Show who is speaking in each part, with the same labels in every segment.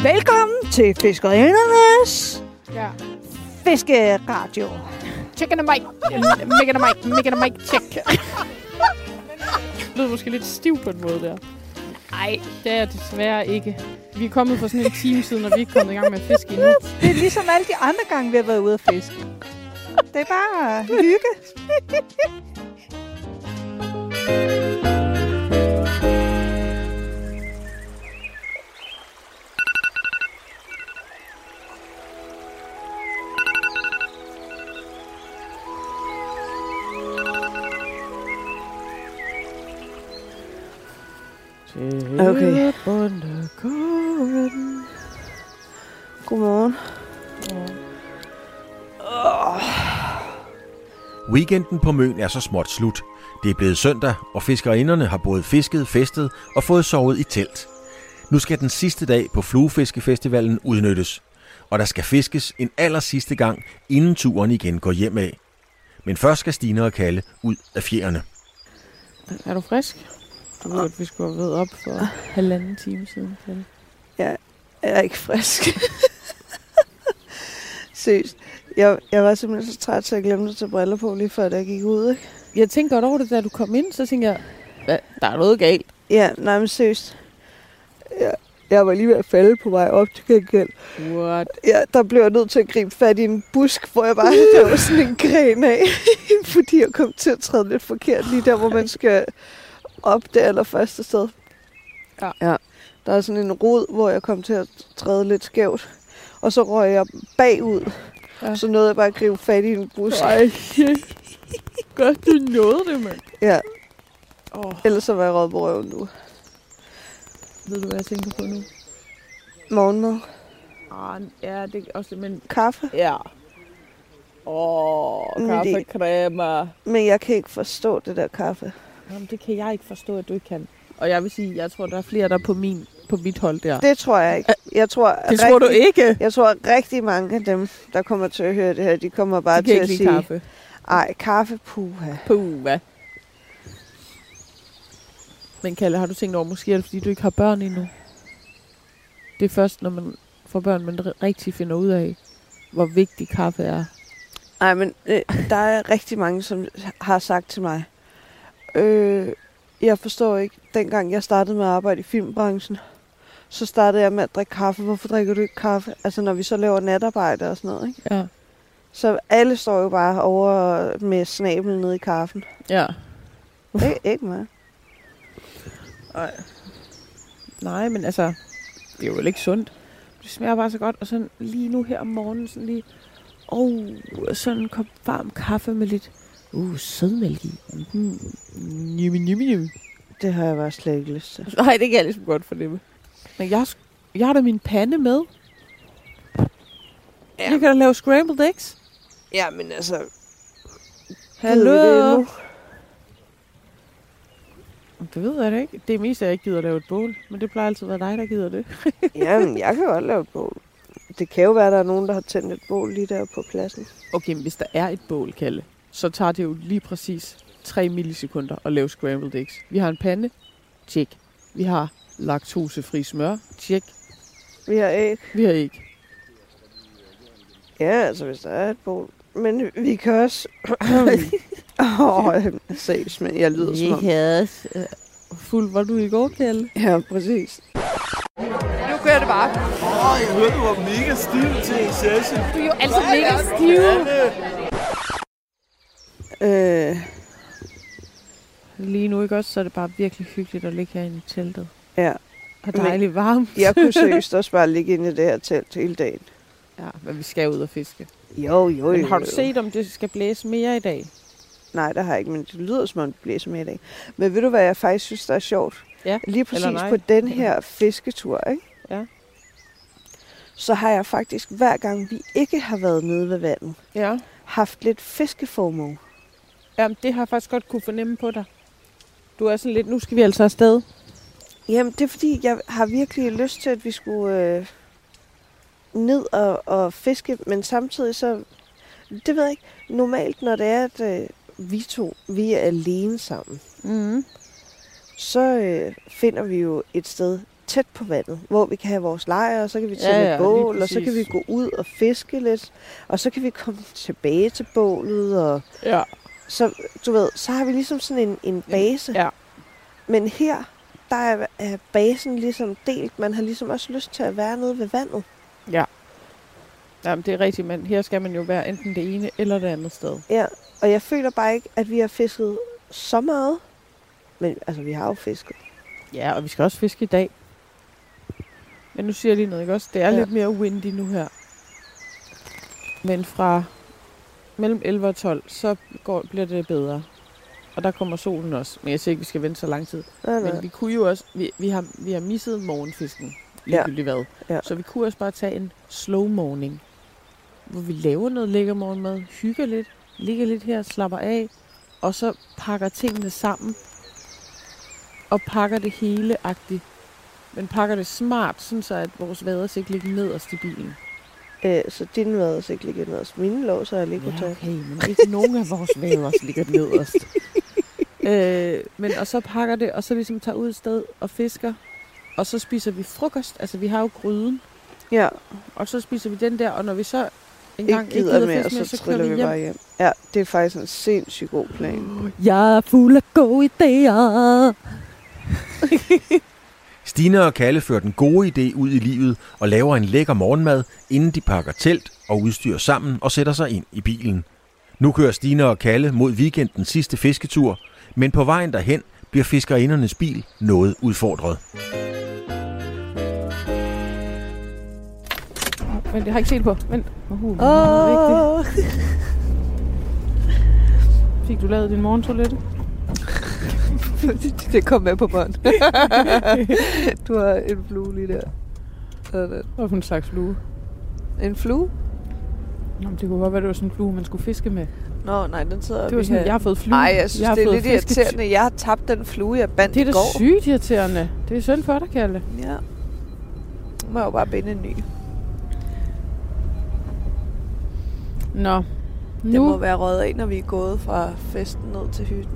Speaker 1: Velkommen til Fiskerindernes Fiskeradio.
Speaker 2: Check in the mic. Making a mic check. Det lyder måske lidt stiv på en måde der. Nej, det er jeg desværre ikke. Vi er kommet for sådan en time siden, og vi er ikke kommet i gang med at fiske endnu.
Speaker 1: Det er ligesom alle de andre gange, vi har været ude at fiske. Det er bare hygge. Okay. Godmorgen.
Speaker 3: Weekenden på Møn er så småt slut. Det er blevet søndag, og fiskerinderne har både fisket, festet og fået sovet i telt. Nu skal den sidste dag på Fluefiskefestivalen udnyttes, og der skal fiskes en allersidste gang, inden turen igen går hjem af. Men først skal Stine og Kalle ud af fjerene.
Speaker 2: Er du frisk? Du ved, at vi skulle have været op for 1,5 time siden. Kalle.
Speaker 1: Jeg er ikke frisk. Seriøst. Jeg var simpelthen så træt, så jeg glemte at tage briller på, lige før jeg gik ud, ikke?
Speaker 2: Jeg tænkte godt over det, da du kom ind, så tænkte jeg, der er noget galt.
Speaker 1: Ja, nej, men seriøst. Jeg var lige ved at falde på vej op til gengæld.
Speaker 2: What?
Speaker 1: Ja, der blev jeg nødt til at gribe fat i en busk, hvor jeg bare havde sådan en gren af, fordi jeg kom til at træde lidt forkert lige der, hvor man skal op det allerførste sted. Ja. Der er sådan en rod, hvor jeg kom til at træde lidt skævt, og så røg jeg bagud. Ja. Så nåede jeg bare at gribe fat i en busk.
Speaker 2: Ej, godt du nåede det, mand.
Speaker 1: Ja. Ellers så var jeg røget på røven nu.
Speaker 2: Ved du, hvad jeg tænker på nu?
Speaker 1: Morgenmad.
Speaker 2: Ja, det er også lidt, men...
Speaker 1: Kaffe.
Speaker 2: Ja. Kaffecremer.
Speaker 1: Men jeg kan ikke forstå det der kaffe.
Speaker 2: Jamen, det kan jeg ikke forstå, at du ikke kan. Og jeg vil sige, jeg tror, der er flere, der er på mit hold der.
Speaker 1: Det tror jeg ikke.
Speaker 2: Tror du ikke?
Speaker 1: Jeg tror, rigtig mange af dem, der kommer til at høre det her, de kommer bare til at sige...
Speaker 2: kaffe.
Speaker 1: Ej, kaffe, puha.
Speaker 2: Puha. Men Kalle, har du tænkt over, måske er det, fordi du ikke har børn endnu? Det er først, når man får børn, man rigtig finder ud af, hvor vigtig kaffe er.
Speaker 1: Nej, men der er rigtig mange, som har sagt til mig, jeg forstår ikke, dengang jeg startede med at arbejde i filmbranchen, så startede jeg med at drikke kaffe. Hvorfor drikker du ikke kaffe? Altså, når vi så laver natarbejde og sådan noget, ikke?
Speaker 2: Ja.
Speaker 1: Så alle står jo bare over med snablen nede i kaffen.
Speaker 2: Ja.
Speaker 1: Ikke mig.
Speaker 2: Nej, men altså, det er jo ikke sundt. Det smager bare så godt, og sådan lige nu her om morgenen, sådan lige, sådan en kop varm kaffe med lidt, sødmælk i.
Speaker 1: Det har jeg bare slet ikke lyst til.
Speaker 2: Nej, det kan jeg ligesom godt fornemme. Men jeg har da min pande med. Ja. Jeg kan da lave scrambled eggs.
Speaker 1: Ja, men altså...
Speaker 2: Hallo? Det ved jeg da ikke. Det er mest, at jeg ikke gider at lave et bål. Men det plejer altid at være dig, der gider det.
Speaker 1: Jamen, jeg kan godt lave et bål. Det kan jo være, at der er nogen, der har tændt et bål lige der på pladsen.
Speaker 2: Okay, men hvis der er et bål, Kalle, så tager det jo lige præcis 3 millisekunder at lave scrambled eggs. Vi har en pande. Tjek. Vi har laktosefri smør. Tjek.
Speaker 1: Vi har æg. Ja, altså hvis der er et bål. Men vi kan også... Seriøst, men jeg lyder som om...
Speaker 2: Fuld var du i går, Kalle?
Speaker 1: Ja, præcis.
Speaker 2: Nu kører det bare.
Speaker 4: Jeg hørte, du var mega stiv til en session.
Speaker 2: Du er jo altid mega stiv. Lige nu ikke også, så er det bare virkelig hyggeligt at ligge herinde i teltet.
Speaker 1: Ja.
Speaker 2: Og dejligt varmt.
Speaker 1: Jeg kunne seriøst også bare ligge inde i det her telt hele dagen.
Speaker 2: Ja, men vi skal ud og fiske.
Speaker 1: Jo.
Speaker 2: Men har du set, om det skal blæse mere i dag?
Speaker 1: Nej, det har jeg ikke, men det lyder som om det blæser mere i dag. Men ved du, hvad jeg faktisk synes, der er sjovt?
Speaker 2: Ja.
Speaker 1: Lige præcis på den her fisketur, ikke?
Speaker 2: Ja.
Speaker 1: Så har jeg faktisk, hver gang vi ikke har været nede ved vandet, haft lidt fiskeformål.
Speaker 2: Jamen, det har jeg faktisk godt kunne fornemme på dig. Du er sådan lidt, nu skal vi altså afsted.
Speaker 1: Jamen, det er fordi, jeg har virkelig lyst til, at vi skulle ned og fiske, men samtidig så, det ved jeg ikke, normalt når det er, at vi er alene sammen, så finder vi jo et sted tæt på vandet, hvor vi kan have vores lejr, og så kan vi tænde et bål, og så kan vi gå ud og fiske lidt, og så kan vi komme tilbage til bålet, og så, du ved, så har vi ligesom sådan en base.
Speaker 2: Ja.
Speaker 1: Men her, der er basen ligesom delt. Man har ligesom også lyst til at være nede ved vandet.
Speaker 2: Ja. Jamen, det er rigtigt, men her skal man jo være enten det ene eller det andet sted.
Speaker 1: Ja, og jeg føler bare ikke, at vi har fisket så meget. Men altså, vi har jo fisket.
Speaker 2: Ja, og vi skal også fiske i dag. Men nu siger jeg lige noget, ikke også? Det er lidt mere windy nu her. Men fra mellem 11 og 12, så bliver det bedre. Og der kommer solen også. Men jeg siger ikke, vi skal vente så lang tid. Nej. Men vi kunne jo også... Vi har misset morgenfisken. Ligegyldigt hvad. Ja. Så vi kunne også bare tage en slow morning. Hvor vi laver noget lækker morgenmad. Hygger lidt. Ligger lidt her. Slapper af. Og så pakker tingene sammen. Og pakker det hele-agtigt. Men pakker det smart, sådan så at vores vadersæk ligger nederst i bilen.
Speaker 1: Så din vadersæk ligger nederst. Mine låser er ligger
Speaker 2: ja, okay, men ikke nogen af vores vaders ligger nederst. Men og så pakker det, og så ligesom tager ud et sted og fisker. Og så spiser vi frokost. Altså, vi har jo gryden.
Speaker 1: Ja. Og
Speaker 2: så spiser vi den der, og når vi så engang
Speaker 1: ikke gider mere, så triller vi bare hjem. Ja, det er faktisk en sindssygt god plan.
Speaker 2: Jeg er fuld af gode idéer.
Speaker 3: Stine og Kalle fører den gode idé ud i livet og laver en lækker morgenmad, inden de pakker telt og udstyr sammen og sætter sig ind i bilen. Nu kører Stine og Kalle mod weekendens sidste fisketur, men på vejen derhen bliver fiskerindernes bil noget udfordret.
Speaker 2: Men det har ikke set på. Vent. Fik du lavet din morgentoilette?
Speaker 1: Det kom med på bånd. Du har en flue lige der.
Speaker 2: Hvad for en slags flue?
Speaker 1: En flue?
Speaker 2: Nå, det kunne godt være, det var sådan en flue, man skulle fiske med.
Speaker 1: Nå, nej, den sidder...
Speaker 2: Det var sådan, jeg har fået flue.
Speaker 1: Nej, jeg synes, det er lidt irriterende. Jeg har tabt den flue, jeg bandt i går.
Speaker 2: Det er da sygt irriterende. Det er synd for dig, Kalle.
Speaker 1: Ja. Nu må jeg jo bare binde en ny.
Speaker 2: Nå.
Speaker 1: Det må være røget af, når vi er gået fra festen ned til hytten.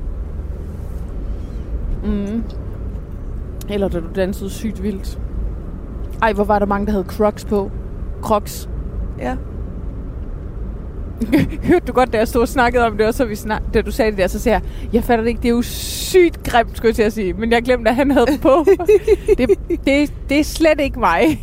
Speaker 2: Eller da du dansede sygt vildt. Ej, hvor var der mange, der havde Crocs på. Crocs.
Speaker 1: Ja.
Speaker 2: Hørte du godt, da jeg stod og snakkede om det, og så da du sagde det der, så sagde jeg fatter det ikke, det er jo sygt grimt, skulle jeg til at sige, men jeg glemte, at han havde det på. det er slet ikke mig.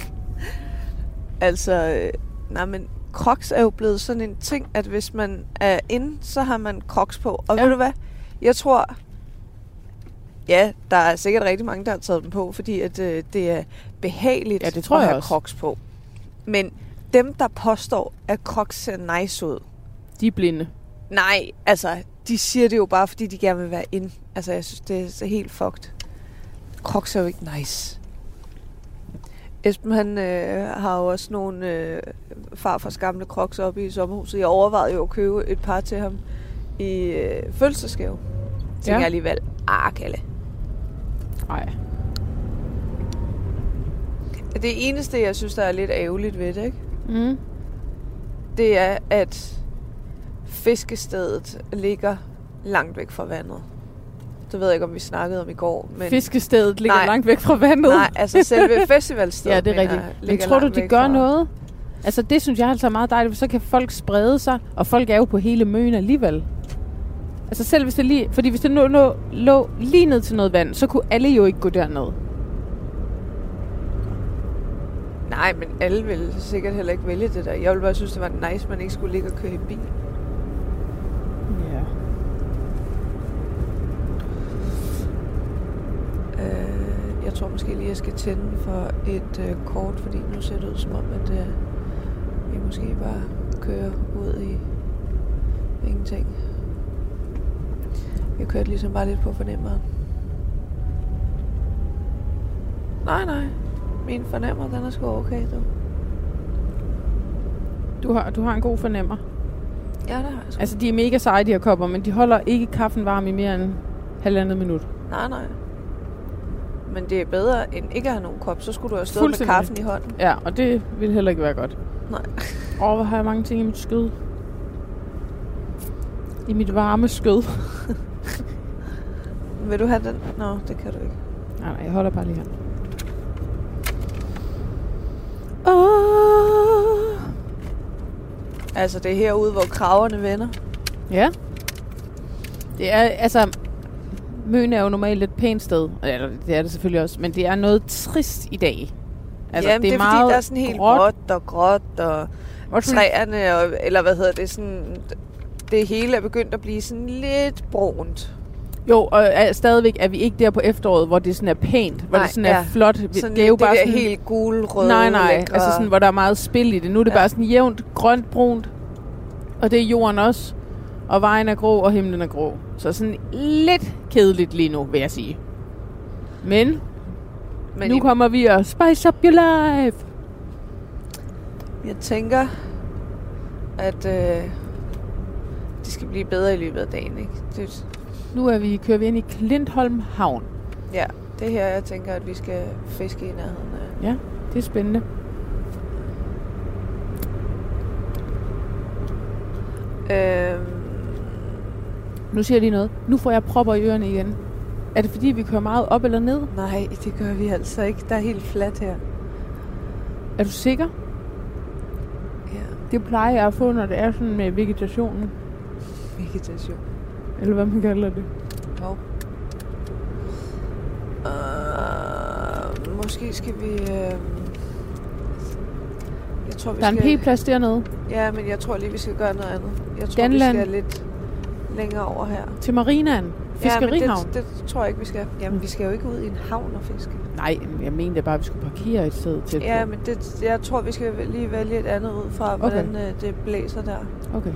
Speaker 1: Altså, nej, men Crocs er jo blevet sådan en ting, at hvis man er inde, så har man Crocs på. Og ved du hvad? Jeg tror, ja, der er sikkert rigtig mange, der har taget dem på, fordi at, det er behageligt
Speaker 2: at
Speaker 1: have Crocs på. Men dem, der påstår, at Crocs ser nice ud,
Speaker 2: de er blinde.
Speaker 1: Nej, altså, de siger det jo bare, fordi de gerne vil være inde. Altså, jeg synes, det er så helt fucked. Crocs er jo ikke nice. Esben, han har jo også nogle farfars gamle Crocs oppe i sommerhuset. Jeg overvejede jo at købe et par til ham i fødselsdagsgave. Tænker jeg alligevel, Kalle.
Speaker 2: Nej.
Speaker 1: Det eneste, jeg synes, der er lidt ærgerligt ved det, ikke? Det er, at fiskestedet ligger langt væk fra vandet. Det ved jeg ikke, om vi snakkede om i går. Men
Speaker 2: fiskestedet ligger langt væk fra vandet?
Speaker 1: Nej, altså selve festivalstedet.
Speaker 2: Ja, det er rigtigt. Men tror du, de gør noget? Altså, det synes jeg altså er meget dejligt, for så kan folk sprede sig, og folk er jo på hele Møn alligevel. Altså selv hvis det fordi hvis det lå lige ned til noget vand, så kunne alle jo ikke gå derned.
Speaker 1: Nej, men alle ville sikkert heller ikke vælge det der. Jeg ville bare synes, det var nice, man ikke skulle ligge og køre i bil.
Speaker 2: Ja.
Speaker 1: Jeg tror måske lige, jeg skal tænde for et kort, fordi nu ser det ud som om, at vi måske bare kører ud i ingenting. Jeg kørte ligesom bare lidt på fornemmeren. Nej. Min fornemmer, den er sgu okay,
Speaker 2: Du har en god fornemmer.
Speaker 1: Ja, det har jeg sgu.
Speaker 2: Altså, de er mega seje, de her kopper, men de holder ikke kaffen varm i mere end 1,5 minut.
Speaker 1: Nej. Men det er bedre end ikke at have nogen kop. Så skulle du have stået med kaffen i hånden.
Speaker 2: Ja, og det vil heller ikke være godt.
Speaker 1: Nej.
Speaker 2: Hvor har jeg mange ting i mit skød. I mit varme skød.
Speaker 1: Vil du have den? Nå, det kan du ikke.
Speaker 2: Nej, jeg holder bare lige her.
Speaker 1: Altså, det er herude, hvor kraverne vender.
Speaker 2: Ja. Det er, altså... Møn er jo normalt et pænt sted. Eller, det er det selvfølgelig også. Men det er noget trist i dag. Altså,
Speaker 1: Jamen, det er fordi, der er sådan helt gråt og træerne, eller hvad hedder det, sådan... Det hele er begyndt at blive sådan lidt brunt.
Speaker 2: Jo, og stadigvæk er vi ikke der på efteråret, hvor det sådan er pænt, hvor det sådan er flot.
Speaker 1: Sådan
Speaker 2: det er jo bare
Speaker 1: der
Speaker 2: sådan
Speaker 1: helt gul-røde.
Speaker 2: Nej,
Speaker 1: lækre.
Speaker 2: altså sådan, hvor der er meget spil i det. Nu er det bare sådan jævnt, grønt, brunt, og det er jorden også. Og vejen er grå, og himlen er grå. Så sådan lidt kedeligt lige nu, vil jeg sige. Men nu kommer vi og spice up your life.
Speaker 1: Jeg tænker, at det skal blive bedre i løbet af dagen, ikke?
Speaker 2: Nu kører vi ind i Klintholm Havn.
Speaker 1: Ja, det her, jeg tænker, at vi skal fiske i nærheden af.
Speaker 2: Ja, det er spændende. Nu siger jeg lige noget. Nu får jeg propper i ørerne igen. Er det fordi, vi kører meget op eller ned?
Speaker 1: Nej, det gør vi altså ikke. Der er helt fladt her.
Speaker 2: Er du sikker?
Speaker 1: Ja.
Speaker 2: Det plejer jeg at få, når det er sådan med vegetationen.
Speaker 1: Vegetation.
Speaker 2: Eller hvad man kalder det.
Speaker 1: Jo. Måske skal vi... jeg tror, vi
Speaker 2: der er
Speaker 1: skal...
Speaker 2: en p-plads dernede.
Speaker 1: Ja, men jeg tror lige, vi skal gøre noget andet. Jeg tror, vi skal lidt længere over her.
Speaker 2: Til marinaen. Fiskerihavn.
Speaker 1: Ja, det tror jeg ikke, vi skal. Jamen, vi skal jo ikke ud i en havn og fiske.
Speaker 2: Nej, jeg mente bare, at vi skulle parkere et sted til.
Speaker 1: Ja, men jeg tror, vi skal lige vælge et andet ud fra, hvordan det blæser der.
Speaker 2: Okay.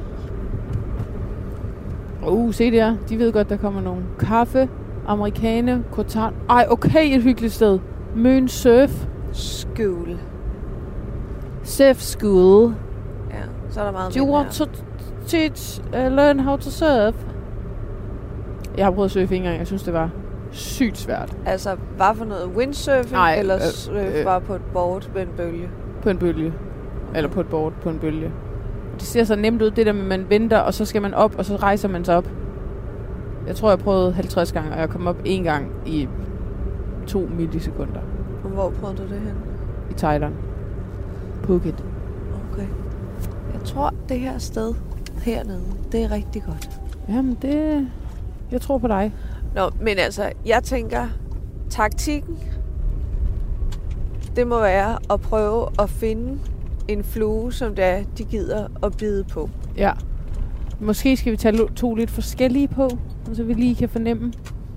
Speaker 2: Se der. De ved godt, der kommer nogle kaffe, americane, kotan. Ej, okay, et hyggeligt sted. Møn Surf
Speaker 1: School.
Speaker 2: Surf School.
Speaker 1: Ja, så er der meget.
Speaker 2: Do you want to learn how to surf? Jeg har prøvet at surfe en gang. Jeg synes, det var sygt svært.
Speaker 1: Altså, hvad for noget? Windsurfing?
Speaker 2: Nej,
Speaker 1: eller surf bare på et board med en bølge?
Speaker 2: På en bølge. Eller på et board på en bølge. Det ser så nemt ud, det der med, at man venter, og så skal man op, og så rejser man sig op. Jeg tror, jeg prøvede 50 gange, og jeg kom op en gang i 2 millisekunder.
Speaker 1: Hvor prøvede du det hen?
Speaker 2: I Thailand. Phuket.
Speaker 1: Okay. Jeg tror, det her sted hernede, det er rigtig godt.
Speaker 2: Jamen, jeg tror på dig.
Speaker 1: Nå, men altså, jeg tænker, taktikken, det må være at prøve at finde en flue, som de gider at bide på.
Speaker 2: Ja. Måske skal vi tage 2 lidt forskellige på, så vi lige kan fornemme.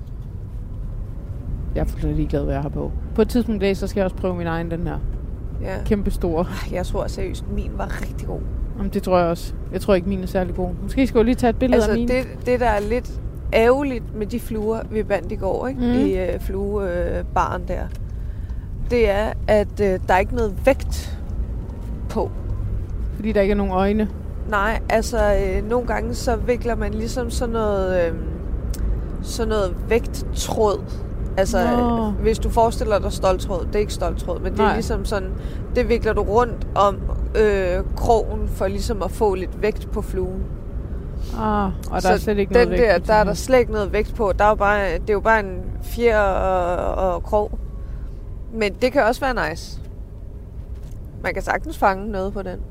Speaker 2: Jeg er fuldstændig ligeglad, hvad jeg har på. På et tidspunkt i dag, så skal jeg også prøve min egen, den her.
Speaker 1: Ja.
Speaker 2: Kæmpe store.
Speaker 1: Jeg tror seriøst, min var rigtig god.
Speaker 2: Jamen, det tror jeg også. Jeg tror ikke, min er særlig god. Måske skal jeg lige tage et billede af min.
Speaker 1: Det, der er lidt ærgerligt med de fluer, vi bandt i går, ikke? I fluebaren der, det er, at der er ikke noget vægt på.
Speaker 2: Fordi der ikke er nogen øjne?
Speaker 1: Nej, altså nogle gange så vikler man ligesom sådan noget vægttråd. Altså, hvis du forestiller dig stoltråd, det er ikke stoltråd, men det er ligesom sådan, det vikler du rundt om krogen for ligesom at få lidt vægt på fluen.
Speaker 2: Og der er slet ikke noget vægt.
Speaker 1: Der er der slet ikke noget vægt på. Der er jo bare, det er jo bare en fjer og krog. Men det kan også være nice. Man kan sagtens fange noget på den.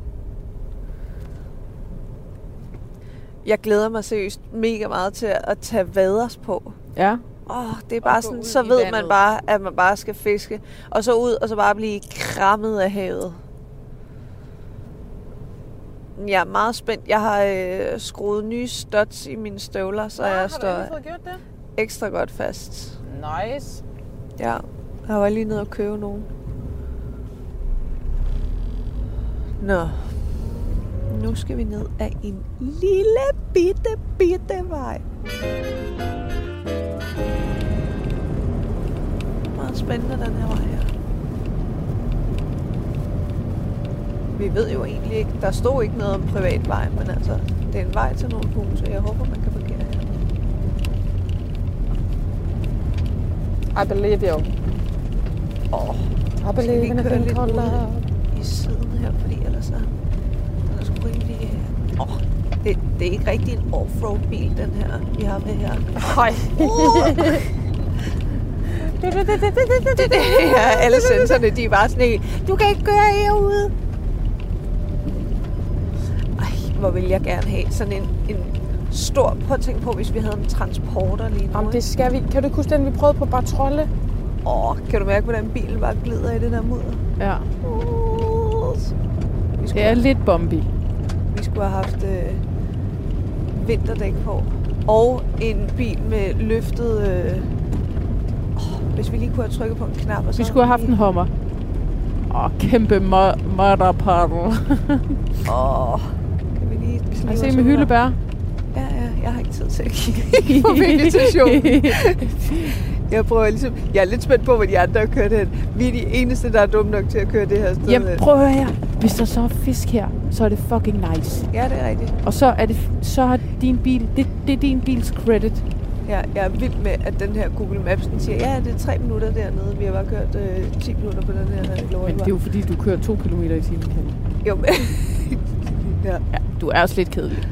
Speaker 1: Jeg glæder mig seriøst mega meget til at tage vaders på.
Speaker 2: Ja.
Speaker 1: Det er bare sådan, så ved man bare, at man bare skal fiske. Og så ud, og så bare blive krammet af havet. Jeg er meget spændt. Jeg har skruet nye studs i mine støvler, så jeg står ekstra godt fast.
Speaker 2: Nice.
Speaker 1: Ja, jeg var lige nede og købe nogen. Nå. Nu skal vi ned ad en lille bitte vej. Meget spændende, den her vej her. Vi ved jo egentlig ikke, der stod ikke noget om privat vej, men altså, det er en vej til nogle huse, jeg håber, man kan parkere her.
Speaker 2: I believe you. I believe in a thing called love.
Speaker 1: I siden her, fordi ellers så der skulle rimelig... Det er ikke rigtig en offroad bil, den her, vi har med her.
Speaker 2: Hej.
Speaker 1: Det her, alle sensorerne, de er bare sådan, du kan ikke køre herude. hvor vil jeg gerne have sådan en stor... Prøv at tænke på, hvis vi havde en transporter lige nu.
Speaker 2: Jamen, det skal vi. Kan du huske den, vi prøvede på Bartrolle?
Speaker 1: Kan du mærke, hvordan bilen bare glider i det der mudder?
Speaker 2: Ja. Det er lidt bombi.
Speaker 1: Vi skulle have haft vinterdæk på. Og en bil med løftet... hvis vi lige kunne have trykket på en knap. Og så
Speaker 2: vi skulle have haft en Hummer. Kæmpe mudderpuddle.
Speaker 1: Kan vi lige...
Speaker 2: Jeg se med hyldebær.
Speaker 1: Ja, jeg har ikke tid til at kigge på vegetationen. Jeg er lidt spændt på, hvad de andre har kørt hen. Vi er de eneste, der er dumme nok til at køre det her sted.
Speaker 2: Jamen, prøv at høre her. Hvis der så er fisk her, så er det fucking nice.
Speaker 1: Ja, det er rigtigt.
Speaker 2: Og så har din bil... Det er din bils credit.
Speaker 1: Ja, jeg er vild med, at den her Google Maps, den siger, ja, det er 3 minutter dernede. Vi har bare kørt 10 minutter på den her lortevej.
Speaker 2: Men det er jo fordi, du kører 2 kilometer i timen.
Speaker 1: Jo, men...
Speaker 2: ja, du er også lidt kedelig.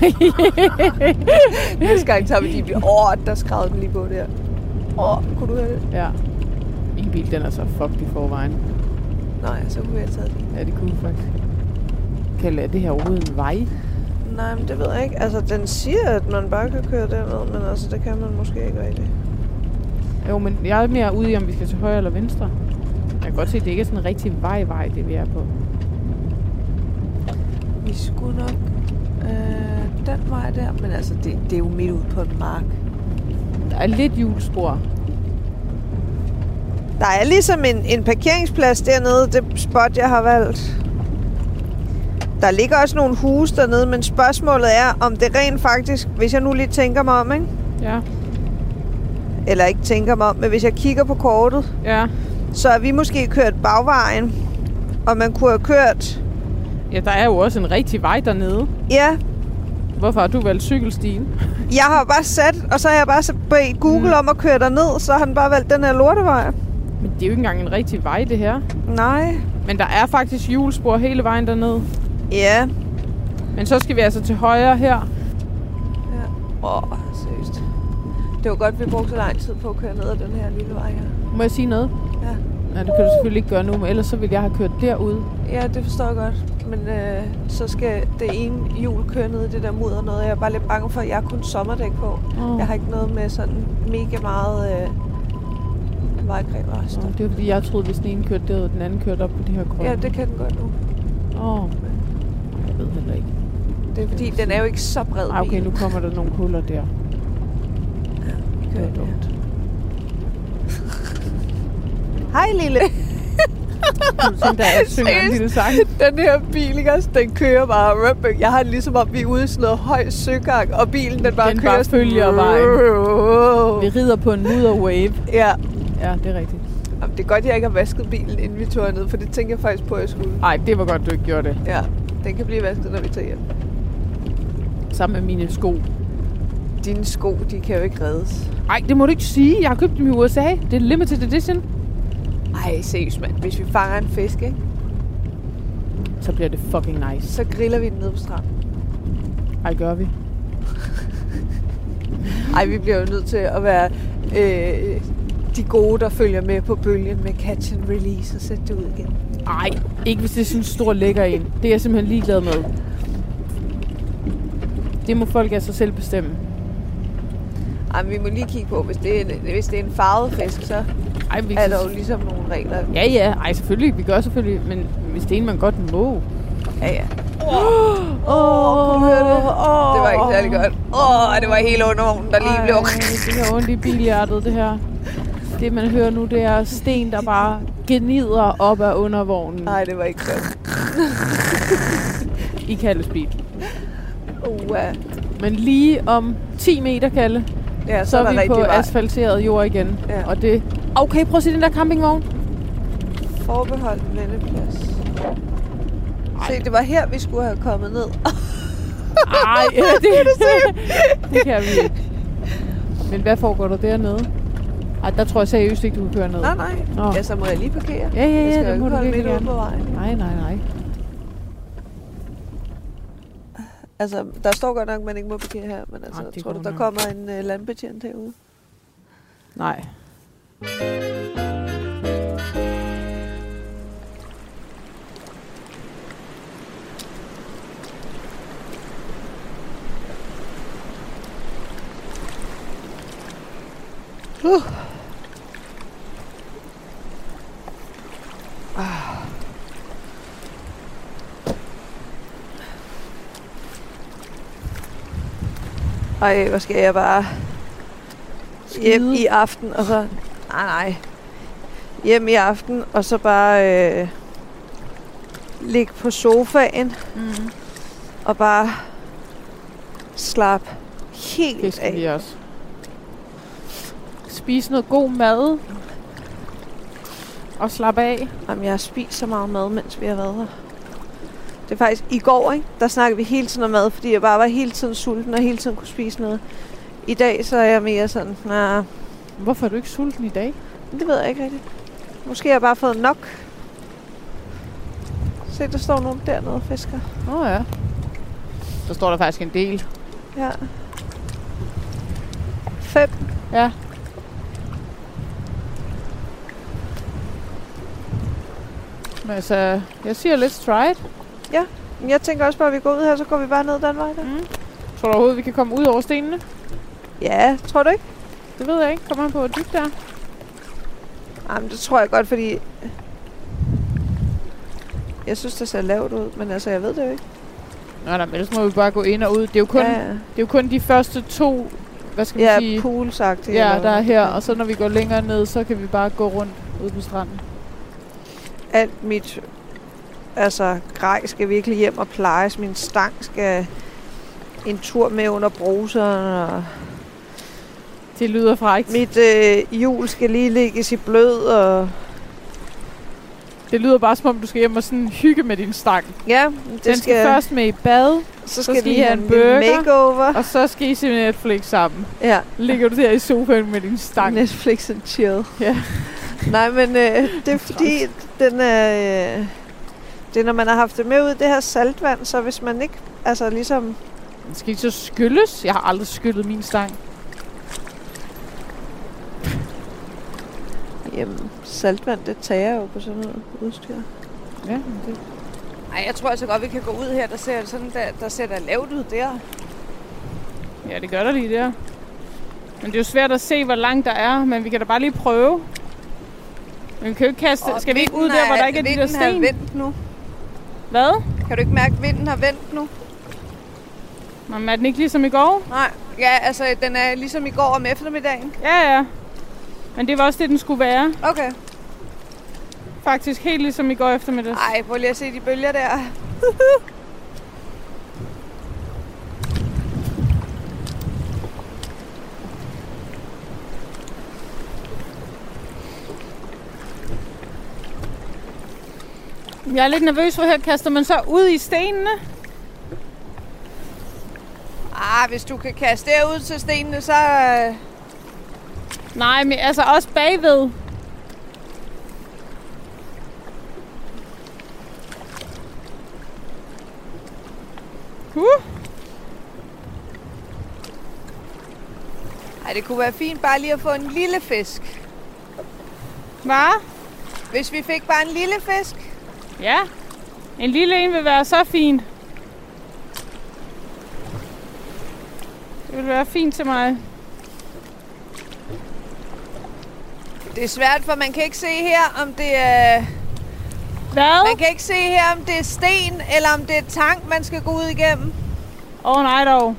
Speaker 1: Næste gang tager vi de bil. Der skravede den lige på der. Kunne du høre det?
Speaker 2: Ja. Min bil, den er så fucked i forvejen.
Speaker 1: Nej, så kunne vi have taget den.
Speaker 2: Ja, det kunne faktisk. Er det her overhovedet en vej?
Speaker 1: Nej, men det ved jeg ikke. Altså, den siger, at man bare kan køre derned, men altså, det kan man måske ikke rigtigt.
Speaker 2: Jo, men jeg er mere ude i, om vi skal til højre eller venstre. Jeg kan godt se, at det ikke er sådan en rigtig vej, det vi er på.
Speaker 1: Vi skulle nok den vej der, men altså, det er jo midt ude på en mark.
Speaker 2: Der er lidt hjulspor.
Speaker 1: Der er ligesom en parkeringsplads dernede, det spot, jeg har valgt. Der ligger også nogle huse dernede, men spørgsmålet er, om det rent faktisk, hvis jeg nu lige tænker mig om, ikke?
Speaker 2: Ja.
Speaker 1: Eller ikke tænker mig om, men hvis jeg kigger på kortet,
Speaker 2: ja.
Speaker 1: Så er vi måske kørt bagvejen, og man kunne have kørt...
Speaker 2: Ja, der er jo også en rigtig vej dernede.
Speaker 1: Ja.
Speaker 2: Hvorfor har du valgt cykelstien?
Speaker 1: Jeg har bare sat, og så har jeg bare bedt Google om at køre derned, så har den bare valgt den her lortevej.
Speaker 2: Men det er jo ikke engang en rigtig vej, det her.
Speaker 1: Nej.
Speaker 2: Men der er faktisk hjulspor hele vejen derned.
Speaker 1: Ja.
Speaker 2: Men så skal vi altså til højre her.
Speaker 1: Ja. Seriøst. Det var godt, vi brugte så lang tid på at køre ned ad den her lille vej her.
Speaker 2: Må jeg sige noget?
Speaker 1: Ja.
Speaker 2: Nej, det kan du selvfølgelig ikke gøre nu, men ellers så ville jeg have kørt derud.
Speaker 1: Ja, det forstår jeg godt. Men så skal det ene hjul køre ned i det der mudder noget. Jeg er bare lidt bange for, at jeg har kun sommerdæk på. Jeg har ikke noget med sådan mega meget vejgreb og sådan.
Speaker 2: Det var fordi, jeg troede, hvis den ene kørte derud, den anden kørte op på de her grønne.
Speaker 1: Ja, det kan den godt nu.
Speaker 2: Jeg ved heller ikke.
Speaker 1: Det er fordi, den er jo ikke så bred.
Speaker 2: Okay, nu kommer der nogle huller der.
Speaker 1: Ja, det er dumt. Hej, lille.
Speaker 2: Sådan der, jeg synger en lille sang.
Speaker 1: Den her bil, ikke også? Den kører bare. Jeg har det ligesom om, vi er ude i sådan noget høj søgang, og bilen den bare kører.
Speaker 2: Den bare følger vejen. Vi rider på en mudderwave.
Speaker 1: Ja.
Speaker 2: Ja, det er rigtigt.
Speaker 1: Jamen, det er godt, jeg ikke har vasket bilen, inden vi tog ned, for det tænker jeg faktisk på, at jeg skulle.
Speaker 2: Nej, det var godt, du ikke gjorde det.
Speaker 1: Ja, den kan blive vasket, når vi tager hjem.
Speaker 2: Sammen med mine sko.
Speaker 1: Dine sko, de kan jo ikke reddes.
Speaker 2: Nej, det må du ikke sige. Jeg har købt dem i USA. Det er limited edition.
Speaker 1: Ej, seriøst, mand. Hvis vi fanger en fisk, ikke?
Speaker 2: Så bliver det fucking nice.
Speaker 1: Så griller vi den nede på stranden.
Speaker 2: Ej, gør vi.
Speaker 1: Ej, vi bliver jo nødt til at være de gode, der følger med på bølgen med catch and release og sætte det ud igen.
Speaker 2: Ej, ikke hvis det er sådan en stor lækker en. Det er jeg simpelthen ligeglad med. Det må folk af sig selv bestemme.
Speaker 1: Ej, men vi må lige kigge på, hvis det er en farvet fisk, så er der jo ligesom nogle regler.
Speaker 2: Ja. Ej, selvfølgelig. Vi gør selvfølgelig. Men hvis det er en, man godt må.
Speaker 1: Ja. Kunne du høre det? Det var ikke særlig godt. Det var helt under vognen, der lige blev...
Speaker 2: Det her ondt i bilhjertet, det her. Det, man hører nu, det er sten, der bare gnider op ad undervognen.
Speaker 1: Nej, det var ikke godt.
Speaker 2: I Kalles bil. Men lige om 10 meter, Kalle, så er vi på asfalteret jord igen. Ja. Og det... Okay, prøv at se den der campingvogn.
Speaker 1: Forbeholdt vendeplads. Se, det var her, vi skulle have kommet ned.
Speaker 2: Ej, det kan vi ikke. Men hvad foregår der dernede? Ej, der tror jeg seriøst ikke, du kan køre ned.
Speaker 1: Nej. Ja, så må jeg lige parkere.
Speaker 2: Ja, det må du
Speaker 1: virkelig gerne. På vejen.
Speaker 2: Nej.
Speaker 1: Altså, der står godt nok, at man ikke må parkere her, men altså, tror du, der kommer en landbetjent herude?
Speaker 2: Nej.
Speaker 1: Ej, hvor skal jeg bare hjem i aften, og så... Nej. Hjem i aften, og så bare ligge på sofaen. Og bare slappe helt
Speaker 2: det skal
Speaker 1: af.
Speaker 2: vi også. Spise noget god mad. Og slappe af.
Speaker 1: Jamen, jeg har spist så meget mad, mens vi har været her. Det er faktisk i går, ikke? Der snakkede vi hele tiden om mad, fordi jeg bare var hele tiden sulten og hele tiden kunne spise noget. I dag så er jeg mere sådan,
Speaker 2: Hvorfor er du ikke sulten i dag?
Speaker 1: Det ved jeg ikke rigtigt. Måske har jeg bare fået nok. Se, der står nogen dernede og fisker.
Speaker 2: Ja. Der står der faktisk en del.
Speaker 1: Ja. 5.
Speaker 2: Ja. Men altså, jeg siger let's try it.
Speaker 1: Ja, men jeg tænker også bare, at vi går ud her, så går vi bare ned den vej der.
Speaker 2: Tror du overhovedet, vi kan komme ud over stenene?
Speaker 1: Ja, tror du ikke?
Speaker 2: Det ved jeg ikke. Kommer han på dybt der?
Speaker 1: Jamen, det tror jeg godt, fordi... Jeg synes, det ser lavt ud, men altså, jeg ved det jo ikke.
Speaker 2: Nej, men ellers må vi bare gå ind og ud. Det er jo kun, det er jo kun de første 2, hvad skal man sige?
Speaker 1: Ja, poolsagtigt.
Speaker 2: Ja, der er her, og så når vi går længere ned, så kan vi bare gå rundt ude på stranden.
Speaker 1: Alt mit grej skal virkelig hjem og plejes. Min stang skal en tur med under bruseren. Og
Speaker 2: det lyder frækt.
Speaker 1: Mit hjul skal lige ligges i blød. Og
Speaker 2: det lyder bare som om, du skal hjem og sådan hygge med din stang.
Speaker 1: Ja,
Speaker 2: den skal først med i bad.
Speaker 1: Så skal I have en burger. Makeover.
Speaker 2: Og så skal I se Netflix sammen.
Speaker 1: Ja.
Speaker 2: Ligger du der i sofaen med din stang.
Speaker 1: Netflix and chill.
Speaker 2: Ja.
Speaker 1: Nej, men det er fordi, den er... det er, når man har haft det med ud, det her saltvand, så hvis man ikke, ligesom...
Speaker 2: Den skal ikke så skylles. Jeg har aldrig skyllet min stang.
Speaker 1: Jamen, saltvand, det tager jo på sådan noget udstyr.
Speaker 2: Ja, det...
Speaker 1: Ej, jeg tror altså godt, vi kan gå ud her, der ser der lavt ud der.
Speaker 2: Ja, det gør der lige der. Men det er jo svært at se, hvor langt der er, men vi kan da bare lige prøve. Men vi kan jo ikke kaste... Skal vi ikke ud der, hvor der ikke er de der sten?
Speaker 1: Vinden har vendt nu.
Speaker 2: Hvad?
Speaker 1: Kan du ikke mærke, at vinden har vendt nu?
Speaker 2: Men er den ikke ligesom i går?
Speaker 1: Nej, ja, den er ligesom i går om eftermiddagen.
Speaker 2: Ja. Men det var også det, den skulle være.
Speaker 1: Okay.
Speaker 2: Faktisk helt ligesom i går eftermiddag.
Speaker 1: Ej, prøv lige at se de bølger der.
Speaker 2: Jeg er lidt nervøs for, her kaster man så ud i stenene.
Speaker 1: Hvis du kan kaste derud til stenene, så...
Speaker 2: Nej, men altså også bagved.
Speaker 1: Ej, det kunne være fint bare lige at få en lille fisk.
Speaker 2: Hvad?
Speaker 1: Hvis vi fik bare en lille fisk.
Speaker 2: Ja, en lille en vil være så fint. Det vil være fint til mig.
Speaker 1: Det er svært, for man kan ikke se her, om det er...
Speaker 2: Hvad?
Speaker 1: Man kan ikke se her, om det er sten, eller om det er tang, man skal gå ud igennem.
Speaker 2: Nej dog.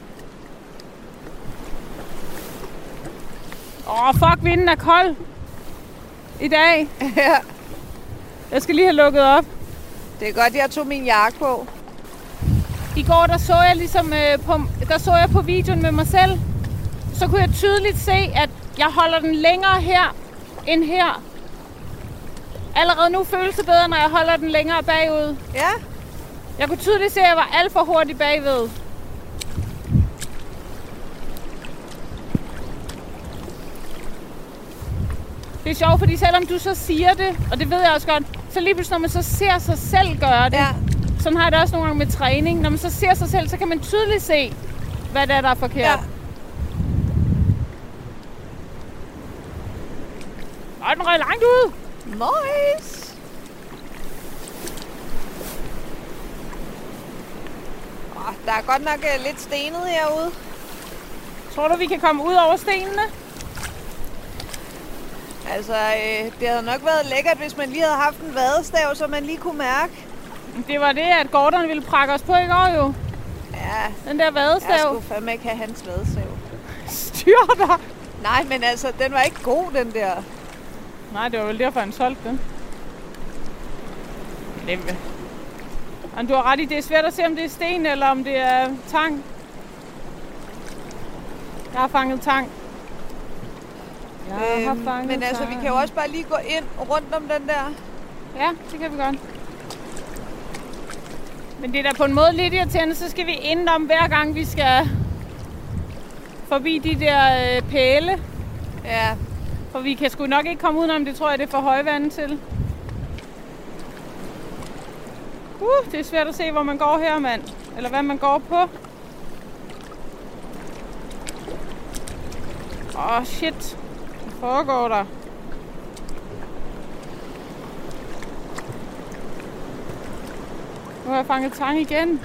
Speaker 2: Fuck, vinden er kold. I dag.
Speaker 1: Ja.
Speaker 2: Jeg skal lige have lukket op.
Speaker 1: Det er godt, jeg tog min jakke på.
Speaker 2: I går, der så jeg ligesom på videoen med mig selv. Så kunne jeg tydeligt se, at jeg holder den længere her, end her. Allerede nu føles det bedre, når jeg holder den længere bagud.
Speaker 1: Ja.
Speaker 2: Jeg kunne tydeligt se, at jeg var alt for hurtig bagved. Det er sjovt, fordi selvom du så siger det, og det ved jeg også godt, så lige pludselig, når man så ser sig selv gøre det,
Speaker 1: ja.
Speaker 2: Sådan har jeg det også nogle gange med træning. Når man så ser sig selv, så kan man tydeligt se, hvad det er, der er forkert. Ja. Og den røg langt ud.
Speaker 1: Nice. Der er godt nok lidt stenet herude.
Speaker 2: Tror du, vi kan komme ud over stenene?
Speaker 1: Altså, det havde nok været lækkert, hvis man lige havde haft en vadestav, så man lige kunne mærke.
Speaker 2: Det var det, at Gordon ville prakke os på i går jo.
Speaker 1: Ja.
Speaker 2: Den der vadestav.
Speaker 1: Jeg skulle fandme ikke have hans vadestav.
Speaker 2: Styr dig!
Speaker 1: Nej, men altså, den var ikke god, den der.
Speaker 2: Nej, det var vel derfor, han solgte den. Nemt. Men du har ret i, det er svært at se, om det er sten, eller om det er tang. Jeg har fanget tang.
Speaker 1: Men altså, vi kan jo også bare lige gå ind rundt om den der.
Speaker 2: Ja, det kan vi godt. Men det er da på en måde lidt irriterende, så skal vi indenom hver gang vi skal forbi de der pæle.
Speaker 1: Ja.
Speaker 2: For vi kan sgu nok ikke komme udenom, det tror jeg, det er for højvande til. Det er svært at se, hvor man går her, mand. Eller hvad man går på. Shit. Hvad foregår der? Nu har jeg fanget tang igen.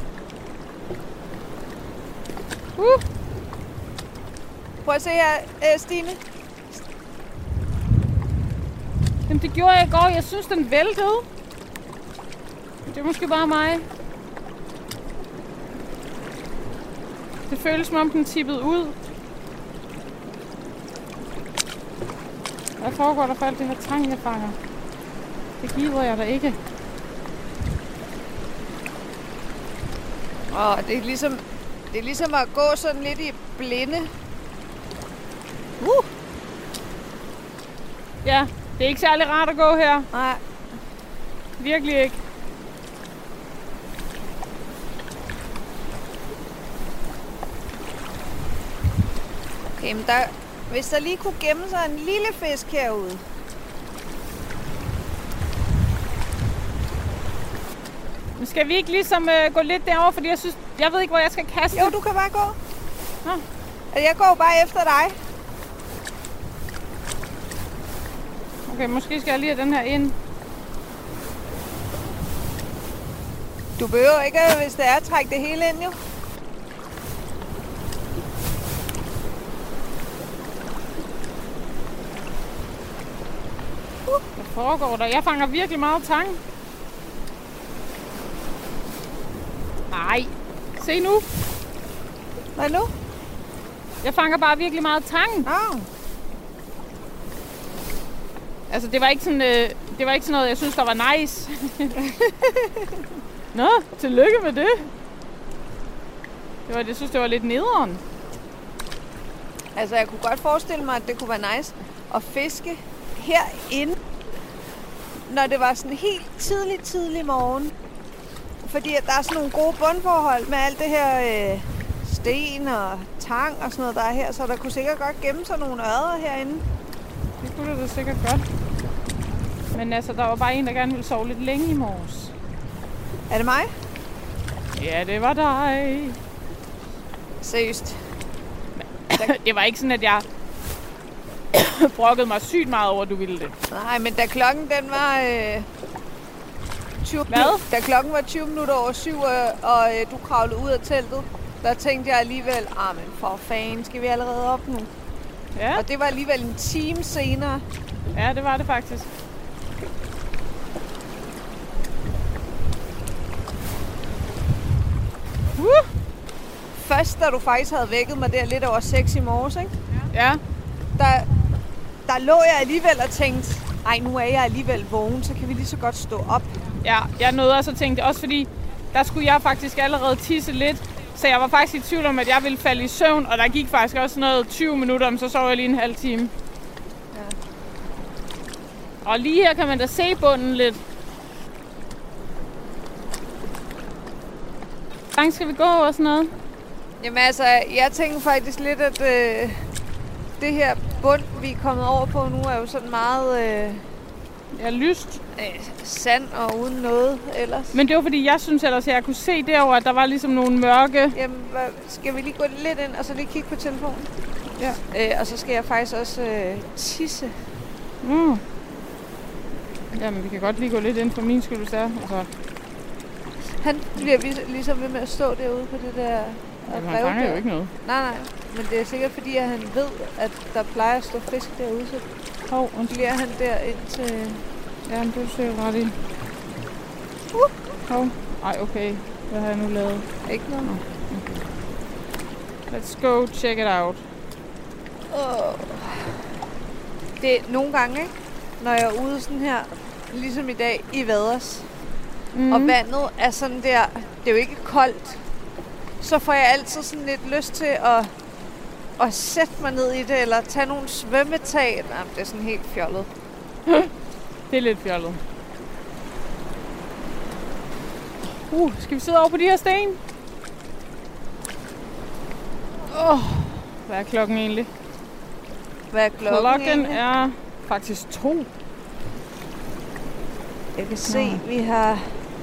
Speaker 1: Prøv at se her, Stine.
Speaker 2: Jamen, det gjorde jeg i går. Jeg synes, den væltede. Det er måske bare mig. Det føles som om den tippede ud. Hvad foregår der for alt det her tang, jeg fanger? Det giver jeg da ikke.
Speaker 1: Det er ligesom at gå sådan lidt i blinde.
Speaker 2: Ja, det er ikke særlig rart at gå her.
Speaker 1: Nej.
Speaker 2: Virkelig ikke.
Speaker 1: Okay, men hvis der lige kunne gemme sig en lille fisk herude.
Speaker 2: Men skal vi ikke ligesom gå lidt derover, fordi jeg ved ikke, hvor jeg skal kaste.
Speaker 1: Jo, du kan bare gå.
Speaker 2: Nå.
Speaker 1: Altså, jeg går bare efter dig.
Speaker 2: Okay, måske skal jeg lige have den her ind.
Speaker 1: Du behøver ikke, hvis det er, at trække det hele ind, jo.
Speaker 2: Hvad foregår der? Jeg fanger virkelig meget tang. Nej. Se nu.
Speaker 1: Hvad nu?
Speaker 2: Jeg fanger bare virkelig meget tang. Altså, det var ikke sådan noget, jeg synes, der var nice. Nå, tillykke med det. Jeg synes, det var lidt nederen.
Speaker 1: Altså, jeg kunne godt forestille mig, at det kunne være nice at fiske herinde, når det var sådan helt tidlig morgen. Fordi at der er sådan nogle gode bundforhold med alt det her sten og tang og sådan noget, der er her. Så der kunne sikkert godt gemme sig nogle ørder herinde.
Speaker 2: Det kunne det da sikkert godt. Men altså, der var bare en, der gerne ville sove lidt længe i morges.
Speaker 1: Er det mig?
Speaker 2: Ja, det var dig.
Speaker 1: Seriøst.
Speaker 2: Det var ikke sådan, at jeg brokkede mig sygt meget over, at du ville det.
Speaker 1: Nej, men da klokken den var... 20
Speaker 2: Hvad?
Speaker 1: Da klokken var 20 minutter over 7, og du kravlede ud af teltet, der tænkte jeg alligevel, men for fanden, skal vi allerede op nu?
Speaker 2: Ja.
Speaker 1: Og det var alligevel en time senere.
Speaker 2: Ja, det var det faktisk.
Speaker 1: Først, da du faktisk havde vækket mig der lidt over 6 i morges, ikke?
Speaker 2: Ja.
Speaker 1: Der lå jeg alligevel og tænkte, nu er jeg alligevel vågen, så kan vi lige så godt stå op.
Speaker 2: Ja, jeg nåede også at tænke, også fordi, der skulle jeg faktisk allerede tisse lidt, så jeg var faktisk i tvivl om, at jeg ville falde i søvn, og der gik faktisk også noget 20 minutter, men så sov jeg lige en halv time.
Speaker 1: Ja.
Speaker 2: Og lige her kan man da se bunden lidt. Hvor langt skal vi gå og sådan noget?
Speaker 1: Jamen altså, jeg tænker faktisk lidt, at det her bund, vi er kommet over på nu, er jo sådan meget...
Speaker 2: lyst.
Speaker 1: Sand og uden noget ellers.
Speaker 2: Men det var fordi, jeg synes ellers, at jeg kunne se derovre, at der var ligesom nogle mørke.
Speaker 1: Jamen, skal vi lige gå lidt ind og så lige kigge på telefonen?
Speaker 2: Ja.
Speaker 1: Og så skal jeg faktisk også tisse.
Speaker 2: Jamen, vi kan godt lige gå lidt ind for min skyld, så. Altså.
Speaker 1: Han bliver ligesom ved med at stå derude på det der
Speaker 2: Jamen, han fanger jo ikke noget.
Speaker 1: Nej, men det er sikkert fordi, at han ved, at der plejer at stå fisk derude. Så Bliver han der indtil...
Speaker 2: Ja, men du ser ret i. Ej, okay. Hvad har jeg nu lavet?
Speaker 1: Ikke noget.
Speaker 2: Okay. Let's go check it out.
Speaker 1: Det er nogle gange, ikke? Når jeg er ude sådan her, ligesom i dag, i Vaders, og vandet er sådan der, det er jo ikke koldt, så får jeg altid sådan lidt lyst til at sætte mig ned i det, eller tage nogle svømmetag. Nej, det er sådan helt fjollet.
Speaker 2: Det er lidt fjollet. Skal vi sidde over på de her sten? Hvad er klokken egentlig?
Speaker 1: Hvad er klokken
Speaker 2: er faktisk 2.
Speaker 1: Jeg kan se, vi har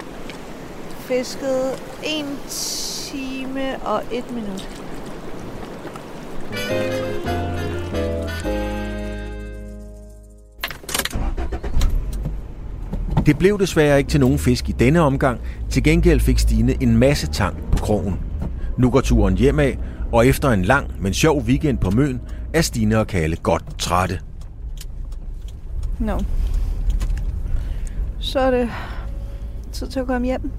Speaker 1: fisket 1 time og 1 minut.
Speaker 3: Det blev desværre ikke til nogen fisk i denne omgang. Til gengæld fik Stine en masse tang på krogen. Nu går turen hjemad, og efter en lang, men sjov weekend på Møn, er Stine og Kalle godt trætte.
Speaker 1: Så er det tid til at komme hjem.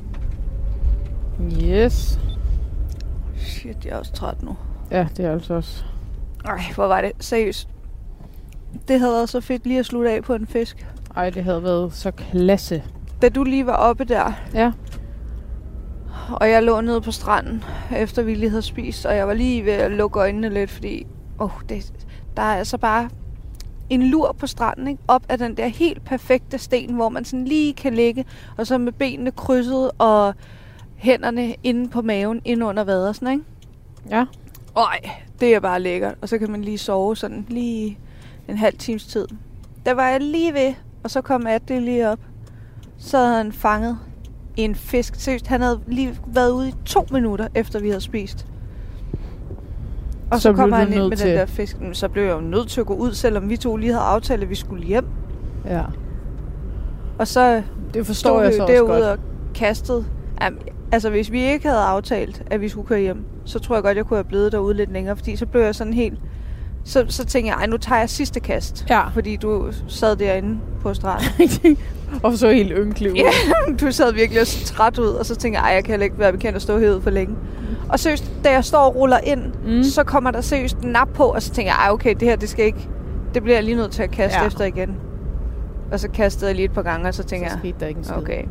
Speaker 2: Yes.
Speaker 1: Shit, jeg er også træt nu.
Speaker 2: Ja, det er altså også.
Speaker 1: Ej, hvor var det seriøst. Det havde været så fedt lige at slutte af på en fisk.
Speaker 2: Ej, det havde været så klasse.
Speaker 1: Da du lige var oppe der,
Speaker 2: Ja.
Speaker 1: og jeg lå nede på stranden, efter vi lige havde spist, og jeg var lige ved at lukke øjnene lidt, fordi der er altså bare en lur på stranden, ikke? Op ad den der helt perfekte sten, hvor man sådan lige kan ligge, og så med benene krydset og hænderne inde på maven, inde under vadersen, ikke?
Speaker 2: Ja.
Speaker 1: Øj, det er bare lækkert. Og så kan man lige sove sådan lige en halv times tid. Der var jeg lige ved, og så kom Atle lige op. Så havde han fanget en fisk. Seriøst, han havde lige været ude i 2 minutter, efter vi havde spist. Og så kom han ind med den der fisk. Så blev jeg jo nødt til at gå ud, selvom vi to lige havde aftalt, at vi skulle hjem.
Speaker 2: Ja.
Speaker 1: Og så
Speaker 2: det forstår jeg så også
Speaker 1: derude
Speaker 2: godt.
Speaker 1: Og kastede. Altså, hvis vi ikke havde aftalt, at vi skulle køre hjem, så tror jeg godt, jeg kunne have blevet derude lidt længere. Fordi så blev jeg sådan helt... Så tænkte jeg, nu tager jeg sidste kast.
Speaker 2: Ja.
Speaker 1: Fordi du sad derinde på stranden.
Speaker 2: Og så helt ynkelig ud.
Speaker 1: Ja, du sad virkelig også træt ud. Og så tænkte jeg, jeg kan heller ikke være bekendt at stå herude for længe. Og seriøst, da jeg står og ruller ind, så kommer der seriøst en nap på. Og så tænker jeg, okay, det her, det skal ikke... Det bliver jeg lige nødt til at kaste efter igen. Og så kastede jeg lige et par gange, og så tænker jeg...
Speaker 2: Så skete der ikke en skid.
Speaker 1: Okay.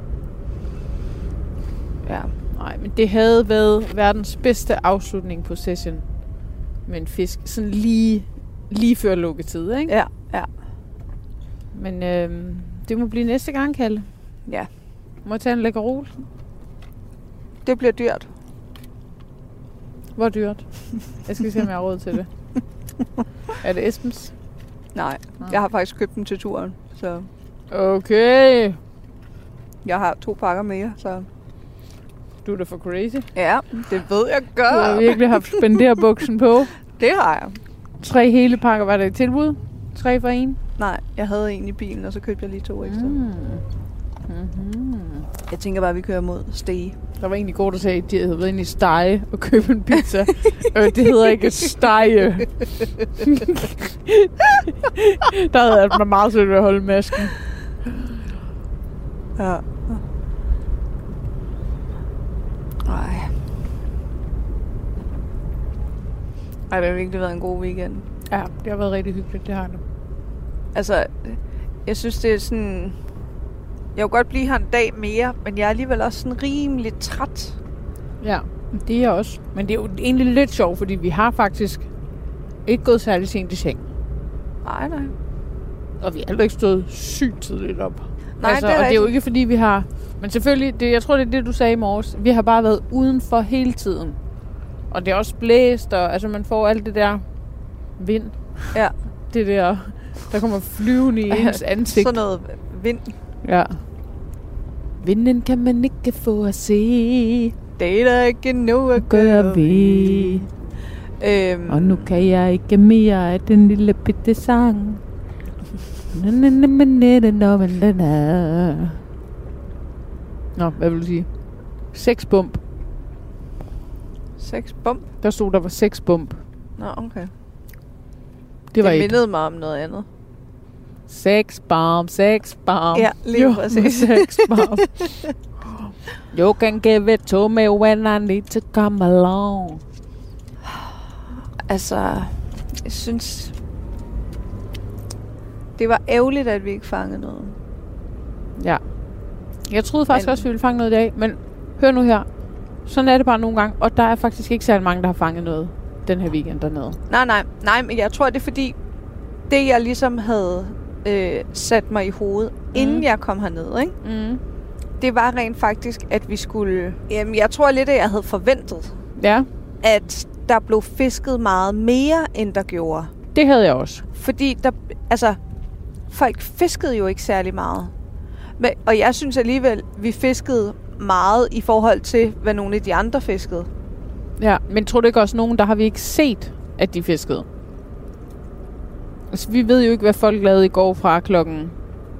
Speaker 1: Ja.
Speaker 2: Nej, men det havde været verdens bedste afslutning på session med en fisk. Sådan lige før lukketid, ikke?
Speaker 1: Ja, ja.
Speaker 2: Men det må blive næste gang, Kalle.
Speaker 1: Ja.
Speaker 2: Må jeg tage en lækker rol?
Speaker 1: Det bliver dyrt.
Speaker 2: Hvor dyrt? Jeg skal se, om jeg har råd til det. Er det Esbens?
Speaker 1: Nej, jeg har faktisk købt dem til turen, så...
Speaker 2: Okay.
Speaker 1: Jeg har 2 pakker mere, så...
Speaker 2: Du er da for crazy.
Speaker 1: Ja, det ved jeg godt.
Speaker 2: Du har virkelig haft spenderbuksen på.
Speaker 1: Det har jeg.
Speaker 2: 3 hele pakker, var det et tilbud? 3 for 1?
Speaker 1: Nej, jeg havde en i bilen, og så købte jeg lige 2 ekstra.
Speaker 2: Mm-hmm.
Speaker 1: Jeg tænker bare, at vi kører mod Stege.
Speaker 2: Der var egentlig godt at sige, at de havde været inde i Stege og købe en pizza. Det hedder ikke Stege. Der havde jeg meget sødt ved at holde masken.
Speaker 1: Ja. Ej, det har virkelig været en god weekend.
Speaker 2: Ja, det har været rigtig hyggeligt, det har det.
Speaker 1: Altså, jeg synes, det er sådan... Jeg vil godt blive her en dag mere, men jeg er alligevel også sådan rimelig træt.
Speaker 2: Ja, det er jeg også. Men det er jo egentlig lidt sjovt, fordi vi har faktisk ikke gået særlig sent i seng.
Speaker 1: Nej.
Speaker 2: Og vi har heller ikke stået sygt tidligt op.
Speaker 1: Nej,
Speaker 2: altså, og det er jo ikke fordi, vi har... Men selvfølgelig, jeg tror, det er det, du sagde i morges. Vi har bare været udenfor hele tiden. Og det er også blæst, og altså, man får alt det der vind.
Speaker 1: Ja.
Speaker 2: Det der kommer flyvende i ens ansigt.
Speaker 1: Sådan noget vind.
Speaker 2: Ja. Vinden kan man ikke få at se.
Speaker 1: Det er der ikke noget at gøre ved.
Speaker 2: Og nu kan jeg ikke mere af den lille bitte sang. Nå, hvad vil du sige? 6 bump.
Speaker 1: 6 bump?
Speaker 2: Der stod, der var 6 bump.
Speaker 1: Nå, okay.
Speaker 2: Det var
Speaker 1: mindede mig om noget andet.
Speaker 2: Sex bomb.
Speaker 1: Ja, lige præcis.
Speaker 2: Sex bomb. You can give it to me when I need to come along.
Speaker 1: Altså, jeg synes, det var ærgerligt, at vi ikke fangede noget.
Speaker 2: Ja. Jeg troede faktisk også, vi ville fange noget i dag, men hør nu her. Sådan er det bare nogle gange, og der er faktisk ikke særlig mange, der har fanget noget den her weekend dernede.
Speaker 1: Nej, men jeg tror, det er fordi, det jeg ligesom havde sat mig i hovedet, inden jeg kom herned, ikke?
Speaker 2: Mm.
Speaker 1: Det var rent faktisk, at vi skulle... Jamen, jeg tror lidt, at jeg havde forventet, at der blev fisket meget mere, end der gjorde.
Speaker 2: Det havde jeg også.
Speaker 1: Fordi folk fiskede jo ikke særlig meget. Og jeg synes alligevel, vi fiskede meget i forhold til, hvad nogle af de andre fiskede.
Speaker 2: Ja, men tror du ikke også nogen, der har vi ikke set, at de fiskede? Altså, vi ved jo ikke, hvad folk lavede i går fra klokken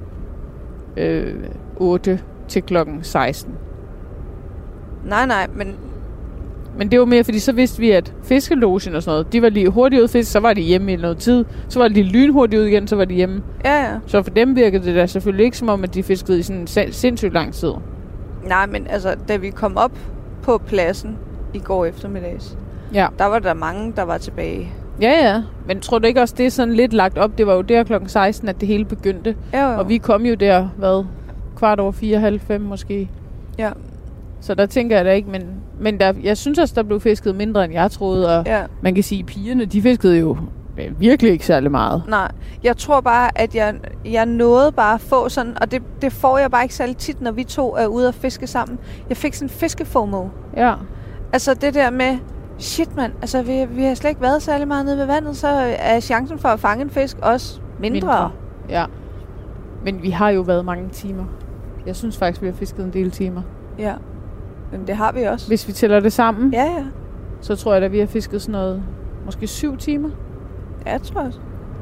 Speaker 2: 8 til klokken 16.
Speaker 1: Nej,
Speaker 2: Men det var mere, fordi så vidste vi, at fiskelogen og sådan noget, de var lige hurtigt ud fisk, så var de hjemme i noget tid. Så var de lynhurtigt ud igen, så var de hjemme.
Speaker 1: Ja.
Speaker 2: Så for dem virkede det da selvfølgelig ikke som om, at de fiskede i sådan en sindssygt lang tid.
Speaker 1: Nej, men altså, da vi kom op på pladsen i går eftermiddags, der var der mange, der var tilbage.
Speaker 2: Ja. Men tror du ikke også, det er sådan lidt lagt op? Det var jo der klokken 16, at det hele begyndte. Jo. Og vi kom jo der, 4:15 måske. Ja. Så der tænker jeg da ikke, men jeg synes også, der blev fisket mindre, end jeg troede. Og man kan sige, at pigerne, de fiskede jo virkelig ikke særlig meget.
Speaker 1: Nej, jeg tror bare, at jeg nåede bare at få sådan, og det får jeg bare ikke særlig tit, når vi to er ude og fiske sammen. Jeg fik sådan en fiskefomo. Ja. Altså det der med, shit mand, altså vi har slet ikke været særlig meget nede ved vandet, så er chancen for at fange en fisk også mindre.
Speaker 2: Ja. Men vi har jo været mange timer. Jeg synes faktisk, vi har fisket en del timer.
Speaker 1: Ja, men det har vi også.
Speaker 2: Hvis vi tæller det sammen,
Speaker 1: ja.
Speaker 2: Så tror jeg, at vi har fisket sådan noget, måske 7 timer.
Speaker 1: Ja, jeg tror også.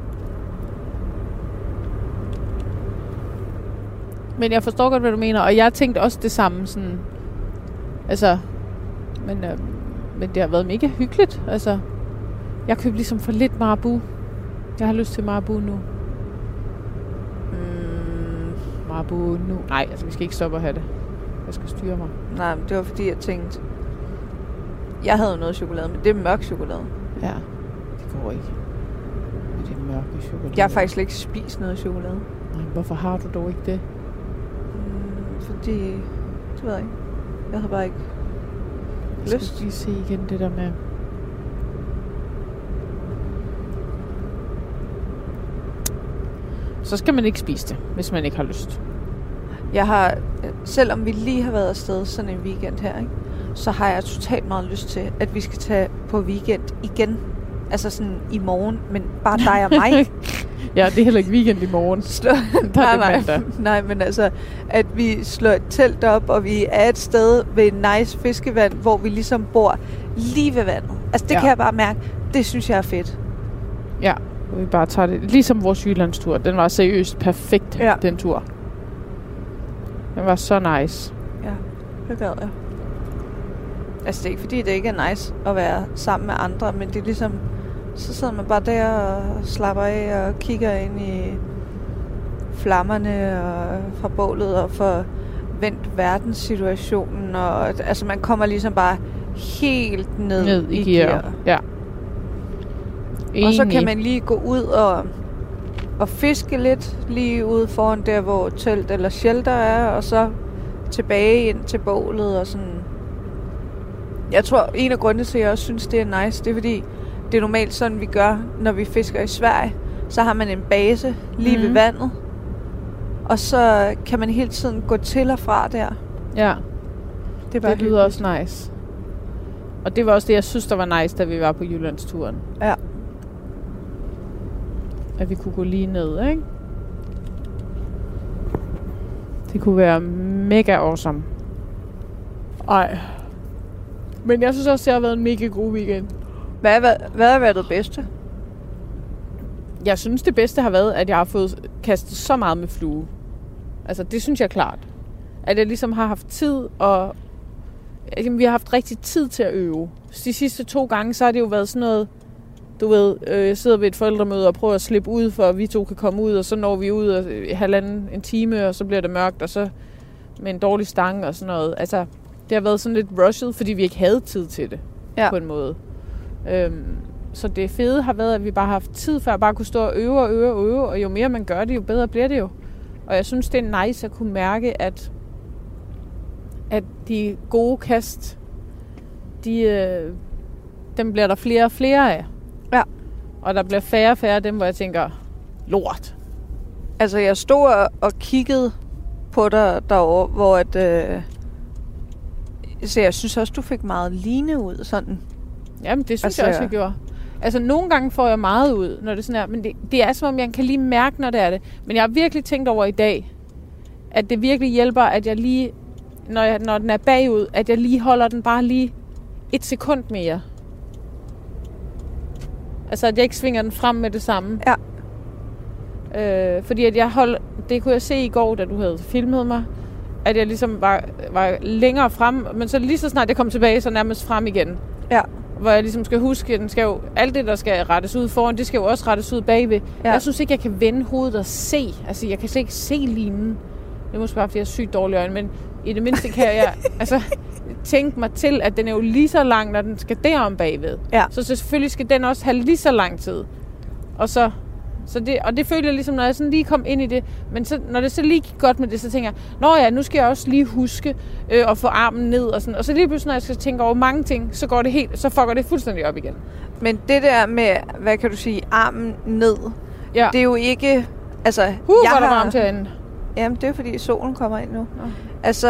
Speaker 2: Men jeg forstår godt, hvad du mener, og jeg tænkte også det samme, sådan, altså, men det har været mega hyggeligt, altså. Jeg købte ligesom for lidt Marabu. Jeg har lyst til Marabu nu. Marabu nu. Nej, altså vi skal ikke stoppe at have det. Jeg skal styre mig.
Speaker 1: Nej, det var fordi jeg tænkte, jeg havde noget chokolade, men det er mørk chokolade.
Speaker 2: Ja, det går ikke. Men det er mørke chokolade.
Speaker 1: Jeg har faktisk ikke spist noget chokolade.
Speaker 2: Nej, hvorfor har du dog ikke det?
Speaker 1: Fordi, det ved jeg ikke. Jeg havde bare ikke lyst.
Speaker 2: Jeg skal lige se igen det der med... Så skal man ikke spise det, hvis man ikke har lyst.
Speaker 1: Jeg har, selvom vi lige har været afsted sådan en weekend her, ikke, så har jeg totalt meget lyst til, at vi skal tage på weekend igen. Altså sådan i morgen, men bare dig og mig.
Speaker 2: Ja, det er heller ikke weekend i morgen.
Speaker 1: Nej, men altså, at vi slår et telt op, og vi er et sted ved en nice fiskevand, hvor vi ligesom bor lige ved vandet. Altså det kan jeg bare mærke, det synes jeg er fedt.
Speaker 2: Ja, vi bare tager det. Ligesom vores Jyllandstur, den var seriøst perfekt, den tur. Den var så nice.
Speaker 1: Ja, det gad jeg. Altså det er ikke fordi, det ikke er nice at være sammen med andre, men det er ligesom, så sidder man bare der og slapper af og kigger ind i flammerne og fra bålet og får vendt verdenssituationen. Og, altså man kommer ligesom bare helt ned i gear.
Speaker 2: Ja.
Speaker 1: Og så kan man lige gå ud og fiske lidt lige ude foran der, hvor telt eller shelter er, og så tilbage ind til bålet og sådan. Jeg tror, en af grundene til, at jeg også synes, det er nice, det er fordi, det er normalt sådan, vi gør, når vi fisker i Sverige. Så har man en base lige ved vandet, og så kan man hele tiden gå til og fra der.
Speaker 2: Ja,
Speaker 1: det
Speaker 2: lyder også nice. Og det var også det, jeg synes, der var nice, da vi var på Jyllandsturen.
Speaker 1: Ja.
Speaker 2: At vi kunne gå lige ned, ikke? Det kunne være mega awesome. Ej. Men jeg synes også, det har været en mega god weekend.
Speaker 1: Hvad har været det bedste?
Speaker 2: Jeg synes, det bedste har været, at jeg har fået kastet så meget med flue. Altså, det synes jeg klart. At jeg ligesom har haft tid, og vi har haft rigtig tid til at øve. De sidste 2 gange, så har det jo været sådan noget, du ved, sidder ved et forældremøde og prøver at slippe ud, for at vi to kan komme ud, og så når vi ud en time, og så bliver det mørkt, og så med en dårlig stang og sådan noget. Altså, det har været sådan lidt rushet, fordi vi ikke havde tid til det, på en måde. Så det fede har været, at vi bare har haft tid for at bare kunne stå og øve, og jo mere man gør det, jo bedre bliver det jo. Og jeg synes, det er nice at kunne mærke, at de gode kast, dem bliver der flere og flere af.
Speaker 1: Ja.
Speaker 2: Og der bliver færre og færre af dem, hvor jeg tænker, lort.
Speaker 1: Altså, jeg stod og kiggede på dig derovre, hvor så jeg synes også, du fik meget line ud, sådan.
Speaker 2: Jamen, det synes jeg også, jeg gjorde. Altså, nogle gange får jeg meget ud, når det sådan er. Men det er, som om jeg kan lige mærke, når det er det. Men jeg har virkelig tænkt over i dag, at det virkelig hjælper, at jeg lige, når den er bagud, at jeg lige holder den bare lige 1 sekund mere. Altså, at jeg ikke svinger den frem med det samme.
Speaker 1: Ja.
Speaker 2: Fordi at det kunne jeg se i går, da du havde filmet mig, at jeg ligesom var længere frem, men så lige så snart jeg kom tilbage, så nærmest frem igen.
Speaker 1: Ja.
Speaker 2: Hvor jeg ligesom skal huske, alt det, der skal rettes ud foran, det skal jo også rettes ud bagved. Ja. Jeg synes ikke, jeg kan vende hovedet og se. Altså, jeg kan slet ikke se linen. Det er måske bare, fordi jeg har sygt dårlige øjne, men i det mindste kan jeg tænke mig til, at den er jo lige så lang, når den skal derom bagved. Ja. Så selvfølgelig skal den også have lige så lang tid. Og det føler jeg ligesom, når jeg sådan lige kom ind i det. Men så, når det så lige gik godt med det, så tænker jeg, nu skal jeg også lige huske at få armen ned og sådan. Og så lige pludselig, når jeg skal tænke over mange ting, så fucker det fuldstændig op igen.
Speaker 1: Men det der med, hvad kan du sige, armen ned, det er jo ikke... Altså,
Speaker 2: hvor er der varmt herinde.
Speaker 1: Jamen, det er fordi solen kommer ind nu. Ja. Altså,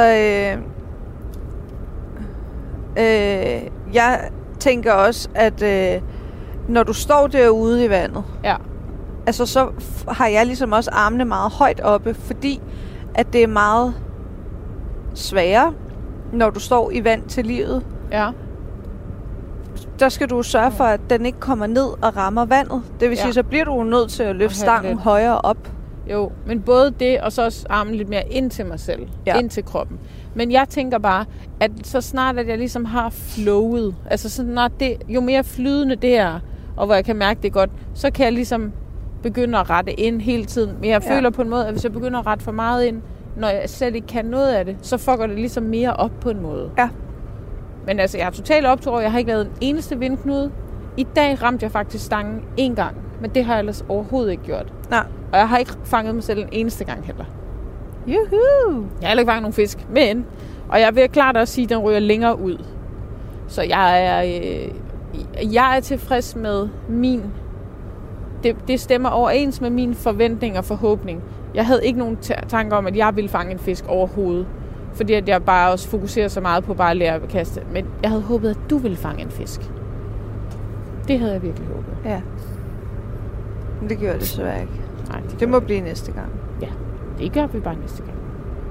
Speaker 1: jeg tænker også, at når du står derude i vandet, altså så har jeg ligesom også armene meget højt oppe, fordi at det er meget sværere, når du står i vand til livet. Ja. Der skal du sørge for, at den ikke kommer ned og rammer vandet. Det vil sige, så bliver du nødt til at løfte stangen højere op.
Speaker 2: Jo, men både det, og så også armen lidt mere ind til mig selv. Ind til kroppen. Men jeg tænker bare, at så snart, at jeg ligesom har flowet, altså så snart jo mere flydende det er, og hvor jeg kan mærke det godt, så kan jeg ligesom begynde at rette ind hele tiden. Men jeg føler på en måde, at hvis jeg begynder at rette for meget ind, når jeg selv ikke kan noget af det, så fucker det ligesom mere op på en måde. Ja. Men altså, jeg har totalt optur, jeg har ikke lavet en eneste vindknude. I dag ramte jeg faktisk stangen 1 gang, men det har jeg ellers overhovedet ikke gjort. Nej. Og jeg har ikke fanget mig selv en eneste gang heller.
Speaker 1: Juhu!
Speaker 2: Jeg har heller ikke fanget nogen fisk, men... Og jeg vil klart også sige, at den ryger længere ud. Så jeg er tilfreds med min... Det stemmer overens med mine forventninger og forhåbning. Jeg havde ikke nogen tanker om, at jeg ville fange en fisk overhovedet. Fordi at jeg bare også fokuserer så meget på bare at lære at kaste. Men jeg havde håbet, at du ville fange en fisk. Det havde jeg virkelig håbet.
Speaker 1: Ja. Men det gør det så ikke. Nej, det må blive næste gang.
Speaker 2: Ja, det gør vi bare næste gang.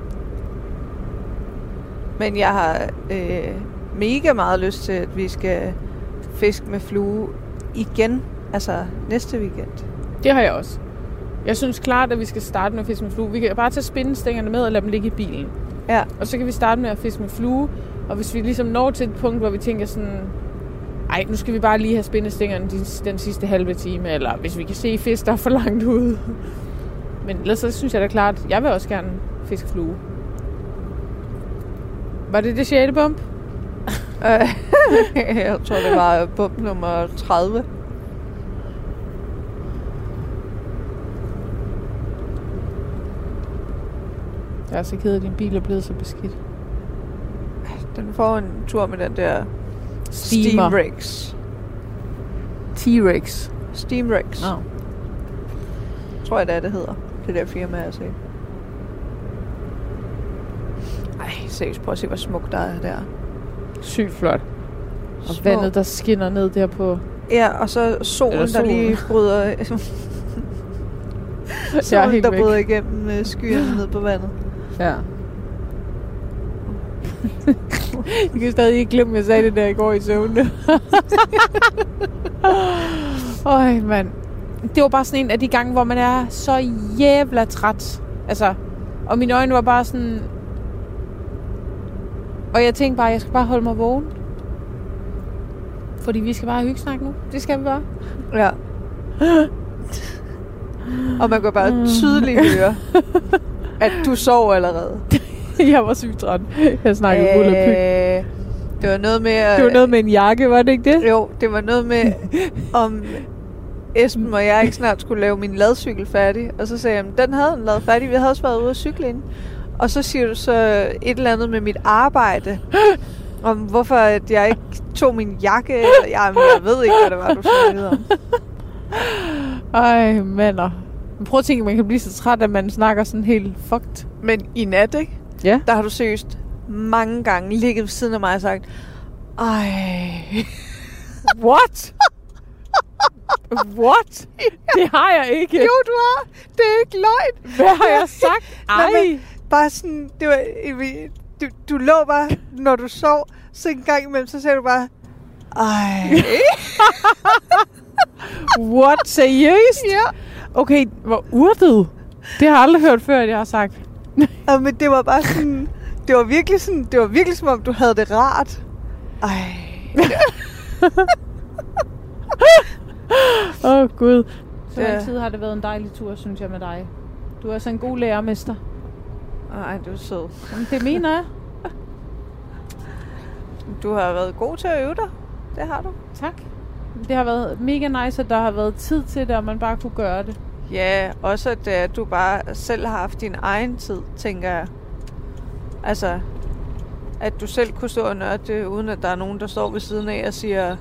Speaker 1: Men jeg har mega meget lyst til, at vi skal fiske med flue igen. Altså næste weekend.
Speaker 2: Det har jeg også. Jeg synes klart, at vi skal starte med at fiske med flue. Vi kan bare tage spindestængerne med og lade dem ligge i bilen. Ja. Og så kan vi starte med at fiske med flue. Og hvis vi ligesom når til et punkt, hvor vi tænker sådan... Ej, nu skal vi bare lige have spindestængerne den sidste halve time. Eller hvis vi kan se fisk, der er for langt ude. Men ellers så synes jeg da klart, at jeg vil også gerne fiske flue. Var det 6. bump?
Speaker 1: Jeg tror, det var bump nummer 30.
Speaker 2: Jeg er så ked af, at din bil er blevet så beskidt.
Speaker 1: Den får en tur med den der Steamrex.
Speaker 2: T-Rex.
Speaker 1: Steamrex.
Speaker 2: Oh.
Speaker 1: Tror jeg, det hedder. Det der firma, jeg ser. Ej, seriøst, prøv at se, hvor smukt der er der.
Speaker 2: Sygt flot. Og vandet, der skinner ned der på...
Speaker 1: Ja, og så solen. Der lige bryder... solen, der bryder igennem skyerne ned på vandet.
Speaker 2: Ja. Jeg kan stadig ikke glemme, at jeg sagde det der i går i søvnene. Øj, mand. Det var bare sådan en af de gange, hvor man er så jævla træt. Altså, og mine øjne var bare sådan... Og jeg tænkte bare, at jeg skal bare holde mig vågen. Fordi vi skal bare hyggesnakke nu. Det skal vi bare.
Speaker 1: Ja. Og man kan bare tydeligt høre, at du sover allerede.
Speaker 2: Jeg var sygt træt. Jeg snakkede bullerpyg.
Speaker 1: Det var noget med...
Speaker 2: Det var noget med en jakke, var det ikke det?
Speaker 1: Jo, det var noget med, om Esben og jeg ikke snart skulle lave min ladcykel færdig. Og så sagde jeg, den havde han lavet færdig. Vi havde også været ude at cykle ind. Og så siger du så et eller andet med mit arbejde. Om hvorfor at jeg ikke tog min jakke. Jamen, jeg ved ikke, hvad det var, du snakkede om.
Speaker 2: Ej, mander. Prøv at tænke, man kan blive så træt, at man snakker sådan helt fucked.
Speaker 1: Men i nat, ikke?
Speaker 2: Ja.
Speaker 1: Der har du seriøst mange gange ligget ved siden af mig og sagt, ej.
Speaker 2: What? What? Det har jeg ikke.
Speaker 1: Jo, du har. Det er ikke løgn.
Speaker 2: Hvad har jeg sagt? Ej.
Speaker 1: Bare sådan, det var, du lå bare, når du sov, så en gang imellem, så sagde du bare, ej.
Speaker 2: What? Seriøst?
Speaker 1: Ja.
Speaker 2: Okay, hvor urtet. Det har jeg aldrig hørt før, at jeg har sagt.
Speaker 1: Ja, men det var bare sådan, det var virkelig som om, du havde det rart. Ej.
Speaker 2: Åh, Gud. Så
Speaker 1: Ja.
Speaker 2: altid har det været en dejlig tur, synes jeg, med dig. Du er så en god lærermester.
Speaker 1: Ej, du er sød.
Speaker 2: Jamen, det mener jeg.
Speaker 1: Du har været god til at øve dig. Det har du.
Speaker 2: Tak. Det har været mega nice, at der har været tid til det, og man bare kunne gøre det.
Speaker 1: Ja, også at du bare selv har haft din egen tid, tænker jeg. Altså, at du selv kunne stå og nørde det, uden at der er nogen, der står ved siden af og siger...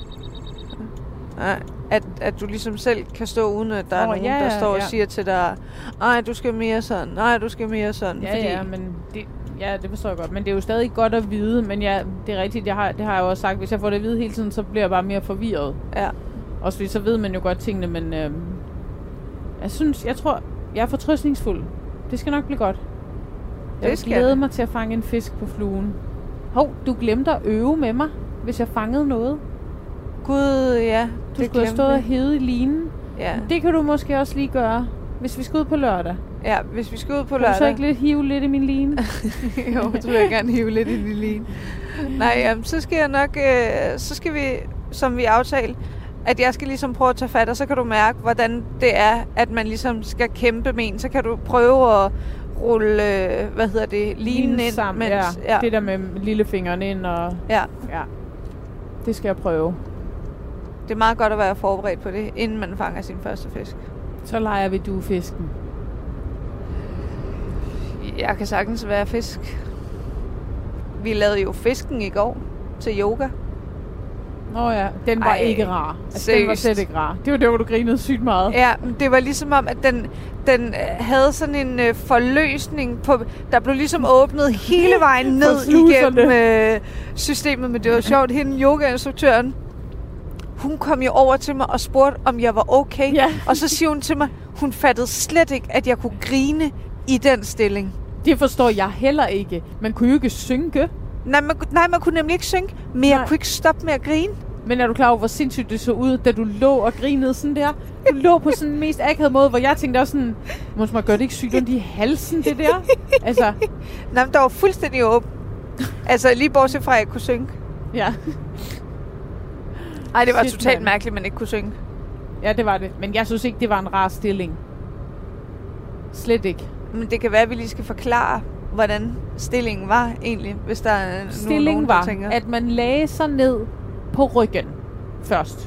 Speaker 1: At du ligesom selv kan stå, uden at der er nogen, der står og siger til dig, ej, du skal mere sådan, nej, du skal mere sådan.
Speaker 2: Ja,
Speaker 1: fordi...
Speaker 2: ja, men det forstår jeg godt. Men det er jo stadig godt at vide. Men ja, det er rigtigt, det har jeg jo også sagt. Hvis jeg får det at vide hele tiden, så bliver jeg bare mere forvirret.
Speaker 1: Ja.
Speaker 2: Også fordi så ved man jo godt tingene, men jeg tror, jeg er fortrøstningsfuld. Det skal nok blive godt. Jeg glæder mig til at fange en fisk på fluen. Hov, du glemte at øve med mig, hvis jeg fangede noget.
Speaker 1: Gud, ja.
Speaker 2: Du skulle have stået og hævet i linen.
Speaker 1: Ja.
Speaker 2: Det kan du måske også lige gøre, hvis vi skal ud på lørdag.
Speaker 1: Ja, hvis vi skal ud på
Speaker 2: lørdag.
Speaker 1: lørdag.
Speaker 2: Kan du så ikke hive lidt i min line?
Speaker 1: Jo, jeg tror jeg gerne hive lidt i din line. Nej, jamen, så skal jeg nok... så skal vi, som vi aftalte, at jeg skal ligesom prøve at tage fat, og så kan du mærke, hvordan det er, at man ligesom skal kæmpe med en. Så kan du prøve at rulle, linen ind.
Speaker 2: Sammen,
Speaker 1: mens,
Speaker 2: ja. Det der med lillefingeren ind og...
Speaker 1: Ja.
Speaker 2: Det skal jeg prøve.
Speaker 1: Det er meget godt at være forberedt på det, inden man fanger sin første fisk.
Speaker 2: Så leger vi duefisken.
Speaker 1: Jeg kan sagtens være fisk. Vi lavede jo fisken i går til yoga.
Speaker 2: Nå ja, den var ikke rar. Altså, den var slet ikke rar. Det var der, hvor du grinede sygt meget.
Speaker 1: Ja, det var ligesom om, at den havde sådan en forløsning på... Der blev ligesom åbnet hele vejen ned igennem systemet, men det var sjovt. Hende, yogainstruktøren, hun kom jo over til mig og spurgte, om jeg var okay. Ja. Og så siger hun til mig, hun fattede slet ikke, at jeg kunne grine i den stilling.
Speaker 2: Det forstår jeg heller ikke. Man kunne jo ikke synke.
Speaker 1: Nej, man kunne nemlig ikke synke, men jeg kunne ikke stoppe med at grine.
Speaker 2: Men er du klar over, hvor sindssygt det så ud, da du lå og grinede sådan der? Du lå på sådan en mest akavet måde, hvor jeg tænkte også sådan, måske man gør det ikke sygt ondt i halsen, det der? Altså.
Speaker 1: Nej, men der var fuldstændig åben. Altså lige bortset fra, at jeg kunne synke.
Speaker 2: Ja.
Speaker 1: Ej, det var totalt mærkeligt, man ikke kunne synge.
Speaker 2: Ja, det var det. Men jeg synes ikke, det var en rar stilling. Slet ikke.
Speaker 1: Men det kan være, at vi lige skal forklare, hvordan stillingen var egentlig, hvis der er nogen, der tænker.
Speaker 2: At man lagde sig ned på ryggen først.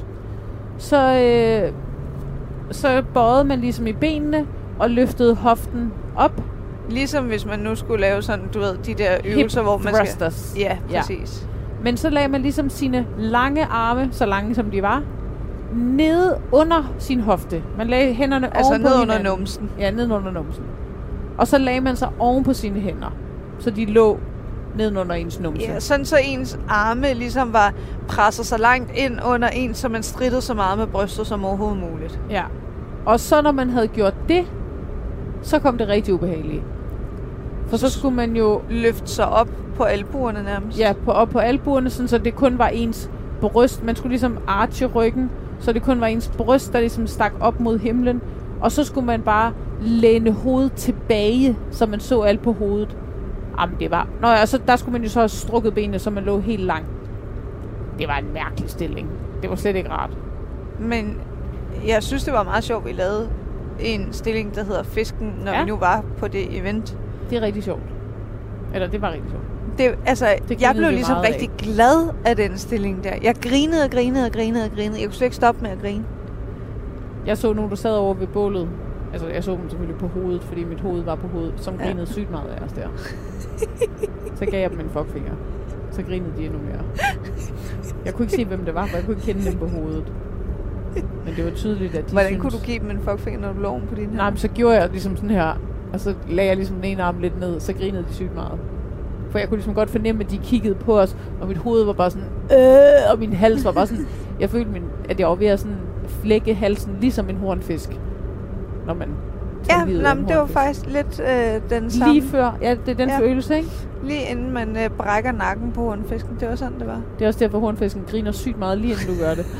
Speaker 2: Så bøjede man ligesom i benene og løftede hoften op.
Speaker 1: Ligesom hvis man nu skulle lave sådan, du ved, de der øvelser, hvor man
Speaker 2: thrusters.
Speaker 1: skal... Ja, præcis. Ja.
Speaker 2: Men så lagde man ligesom sine lange arme, så lange som de var, nede under sin hofte. Man lagde hænderne oven på hinanden.
Speaker 1: Altså ned under numsen.
Speaker 2: Ja, ned under numsen. Og så lagde man sig oven på sine hænder, så de lå nedenunder ens numse.
Speaker 1: Ja, sådan så ens arme ligesom var presset så langt ind under en, så man strittede så meget med brystet som overhovedet muligt.
Speaker 2: Ja. Og så når man havde gjort det, så kom det rigtig ubehageligt. For så skulle man jo
Speaker 1: løfte sig op på albuerne nærmest.
Speaker 2: Ja, op på albuerne, sådan, så det kun var ens bryst. Man skulle ligesom arche ryggen, så det kun var ens bryst, der ligesom stak op mod himlen. Og så skulle man bare læne hovedet tilbage, så man så alt på hovedet. Jamen, det var... Nå ja, så der skulle man jo så have strukket benene, så man lå helt langt. Det var en mærkelig stilling. Det var slet ikke rart.
Speaker 1: Men jeg synes, det var meget sjovt, at vi lavede en stilling, der hedder Fisken, når vi nu var på det event.
Speaker 2: Det er rigtig sjovt. Eller det var rigtig sjovt.
Speaker 1: Jeg blev ligesom rigtig glad af den stilling der. Jeg grinede og grinede og grinede og grinede. Jeg kunne slet ikke stoppe med at grine.
Speaker 2: Jeg så nogen, der sad over ved bålet. Altså, jeg så dem selvfølgelig på hovedet, fordi mit hoved var på hovedet, som grinede sygt meget af os der. Så gav jeg dem en fuckfinger. Så grinede de endnu mere. Jeg kunne ikke se, hvem det var, for jeg kunne ikke kende dem på hovedet. Men det var tydeligt, at de
Speaker 1: Hvordan kunne du give dem en fuckfinger, når du lå på din her?
Speaker 2: Nej, men så gjorde jeg ligesom sådan her, og så lagde jeg ligesom den ene arm lidt ned, så grinede de sygt meget. For jeg kunne ligesom godt fornemme, at de kiggede på os, og mit hoved var bare sådan, og min hals var bare sådan, jeg følte, at jeg var ved at sådan flække halsen, ligesom en hornfisk, når man tager livet af en
Speaker 1: men det var faktisk lidt den samme.
Speaker 2: Lige før, ja, det er den følelse, ikke?
Speaker 1: Lige inden man brækker nakken på hornfisken, det var sådan, det var.
Speaker 2: Det er også derfor, hornfisken griner sygt meget, lige inden du gør det.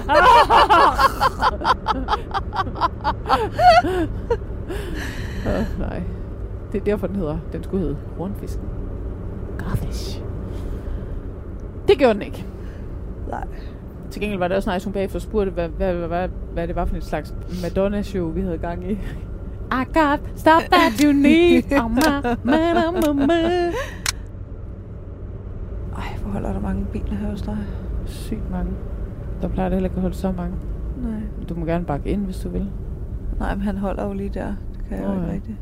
Speaker 2: Nej. Det er derfor, den skulle hedde hornfisken. Garfish. Det gjorde den ikke.
Speaker 1: Nej.
Speaker 2: Til gengæld var det også nice, hun bagefter spurgte, hvad det var for et slags Madonna-show, vi havde gang i. I got stuff that you need.
Speaker 1: Ej, hvor holder der mange biler her hos dig?
Speaker 2: Sygt mange. Der plejer det heller ikke at holde så mange.
Speaker 1: Nej.
Speaker 2: Du må gerne bakke ind, hvis du vil.
Speaker 1: Nej, men han holder jo lige der. Det kan jeg jo ikke rigtigt.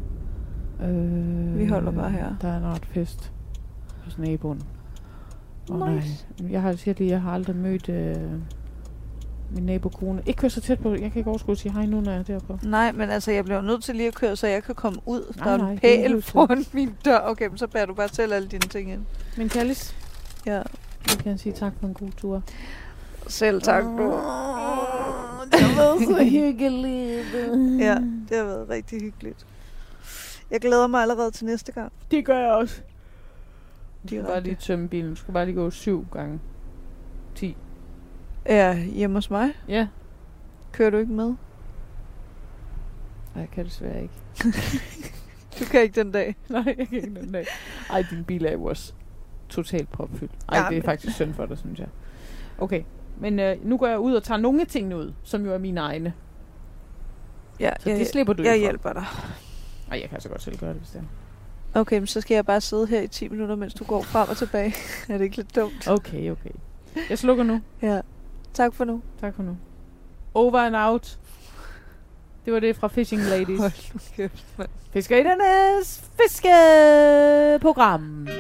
Speaker 1: Vi holder bare her.
Speaker 2: Der er en art fest hos naboen.
Speaker 1: Nice.
Speaker 2: Nej. Jeg har aldrig mødt min nabokone. Ikke køre så tæt på. Jeg kan ikke overskue at sige hej nu, når jeg er deroppe.
Speaker 1: Nej, men altså, jeg bliver nødt til lige at køre, så jeg kan komme ud.
Speaker 2: Nej,
Speaker 1: der er en pæl foran min dør. Okay, men så bærer du bare til alle dine ting ind.
Speaker 2: Min Kallis.
Speaker 1: Ja.
Speaker 2: Jeg kan sige tak for en god tur.
Speaker 1: Selv tak, du.
Speaker 2: Det har været så hyggeligt.
Speaker 1: Ja, det har været rigtig hyggeligt. Jeg glæder mig allerede til næste gang.
Speaker 2: Det gør jeg også. Du skal bare lige tømme bilen. Du skal bare lige gå 7 gange 10.
Speaker 1: Ja, hjemme hos mig?
Speaker 2: Ja.
Speaker 1: Kører du ikke med?
Speaker 2: Nej, jeg kan desværre ikke.
Speaker 1: Du kan ikke den dag?
Speaker 2: Nej, jeg kan ikke den dag. Ej, din bil er jo også totalt propfyldt. Ej, det er faktisk synd for dig, synes jeg. Okay, men nu går jeg ud og tager nogle af tingene ud, som jo er mine egne.
Speaker 1: Ja,
Speaker 2: så det slipper du.
Speaker 1: Jeg hjælper dig.
Speaker 2: Ej, jeg kan så godt selv gøre det, hvis det er.
Speaker 1: Okay, men så skal jeg bare sidde her i 10 minutter, mens du går frem og tilbage. Er det ikke lidt dumt?
Speaker 2: Okay. Jeg slukker nu.
Speaker 1: Ja. Tak for nu.
Speaker 2: Over and out. Det var det fra Fishing Ladies.
Speaker 1: Hold nu kæft, mand.
Speaker 2: Fiskerindernes fiskeprogram.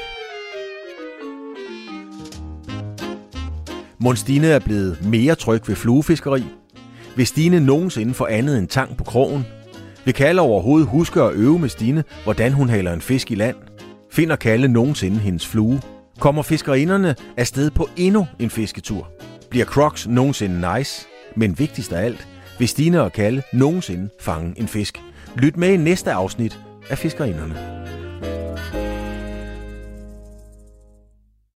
Speaker 3: Mon Stine er blevet mere tryg ved fluefiskeri? Vil Stine nogensinde få andet end tang på krogen? Vil Kalle overhovedet huske at øve med Stine, hvordan hun haler en fisk i land? Finder Kalle nogensinde hendes flue? Kommer fiskerinderne afsted på endnu en fisketur? Bliver Crocs nogensinde nice? Men vigtigst af alt, vil Stine og Kalle nogensinde fange en fisk? Lyt med i næste afsnit af Fiskerinderne.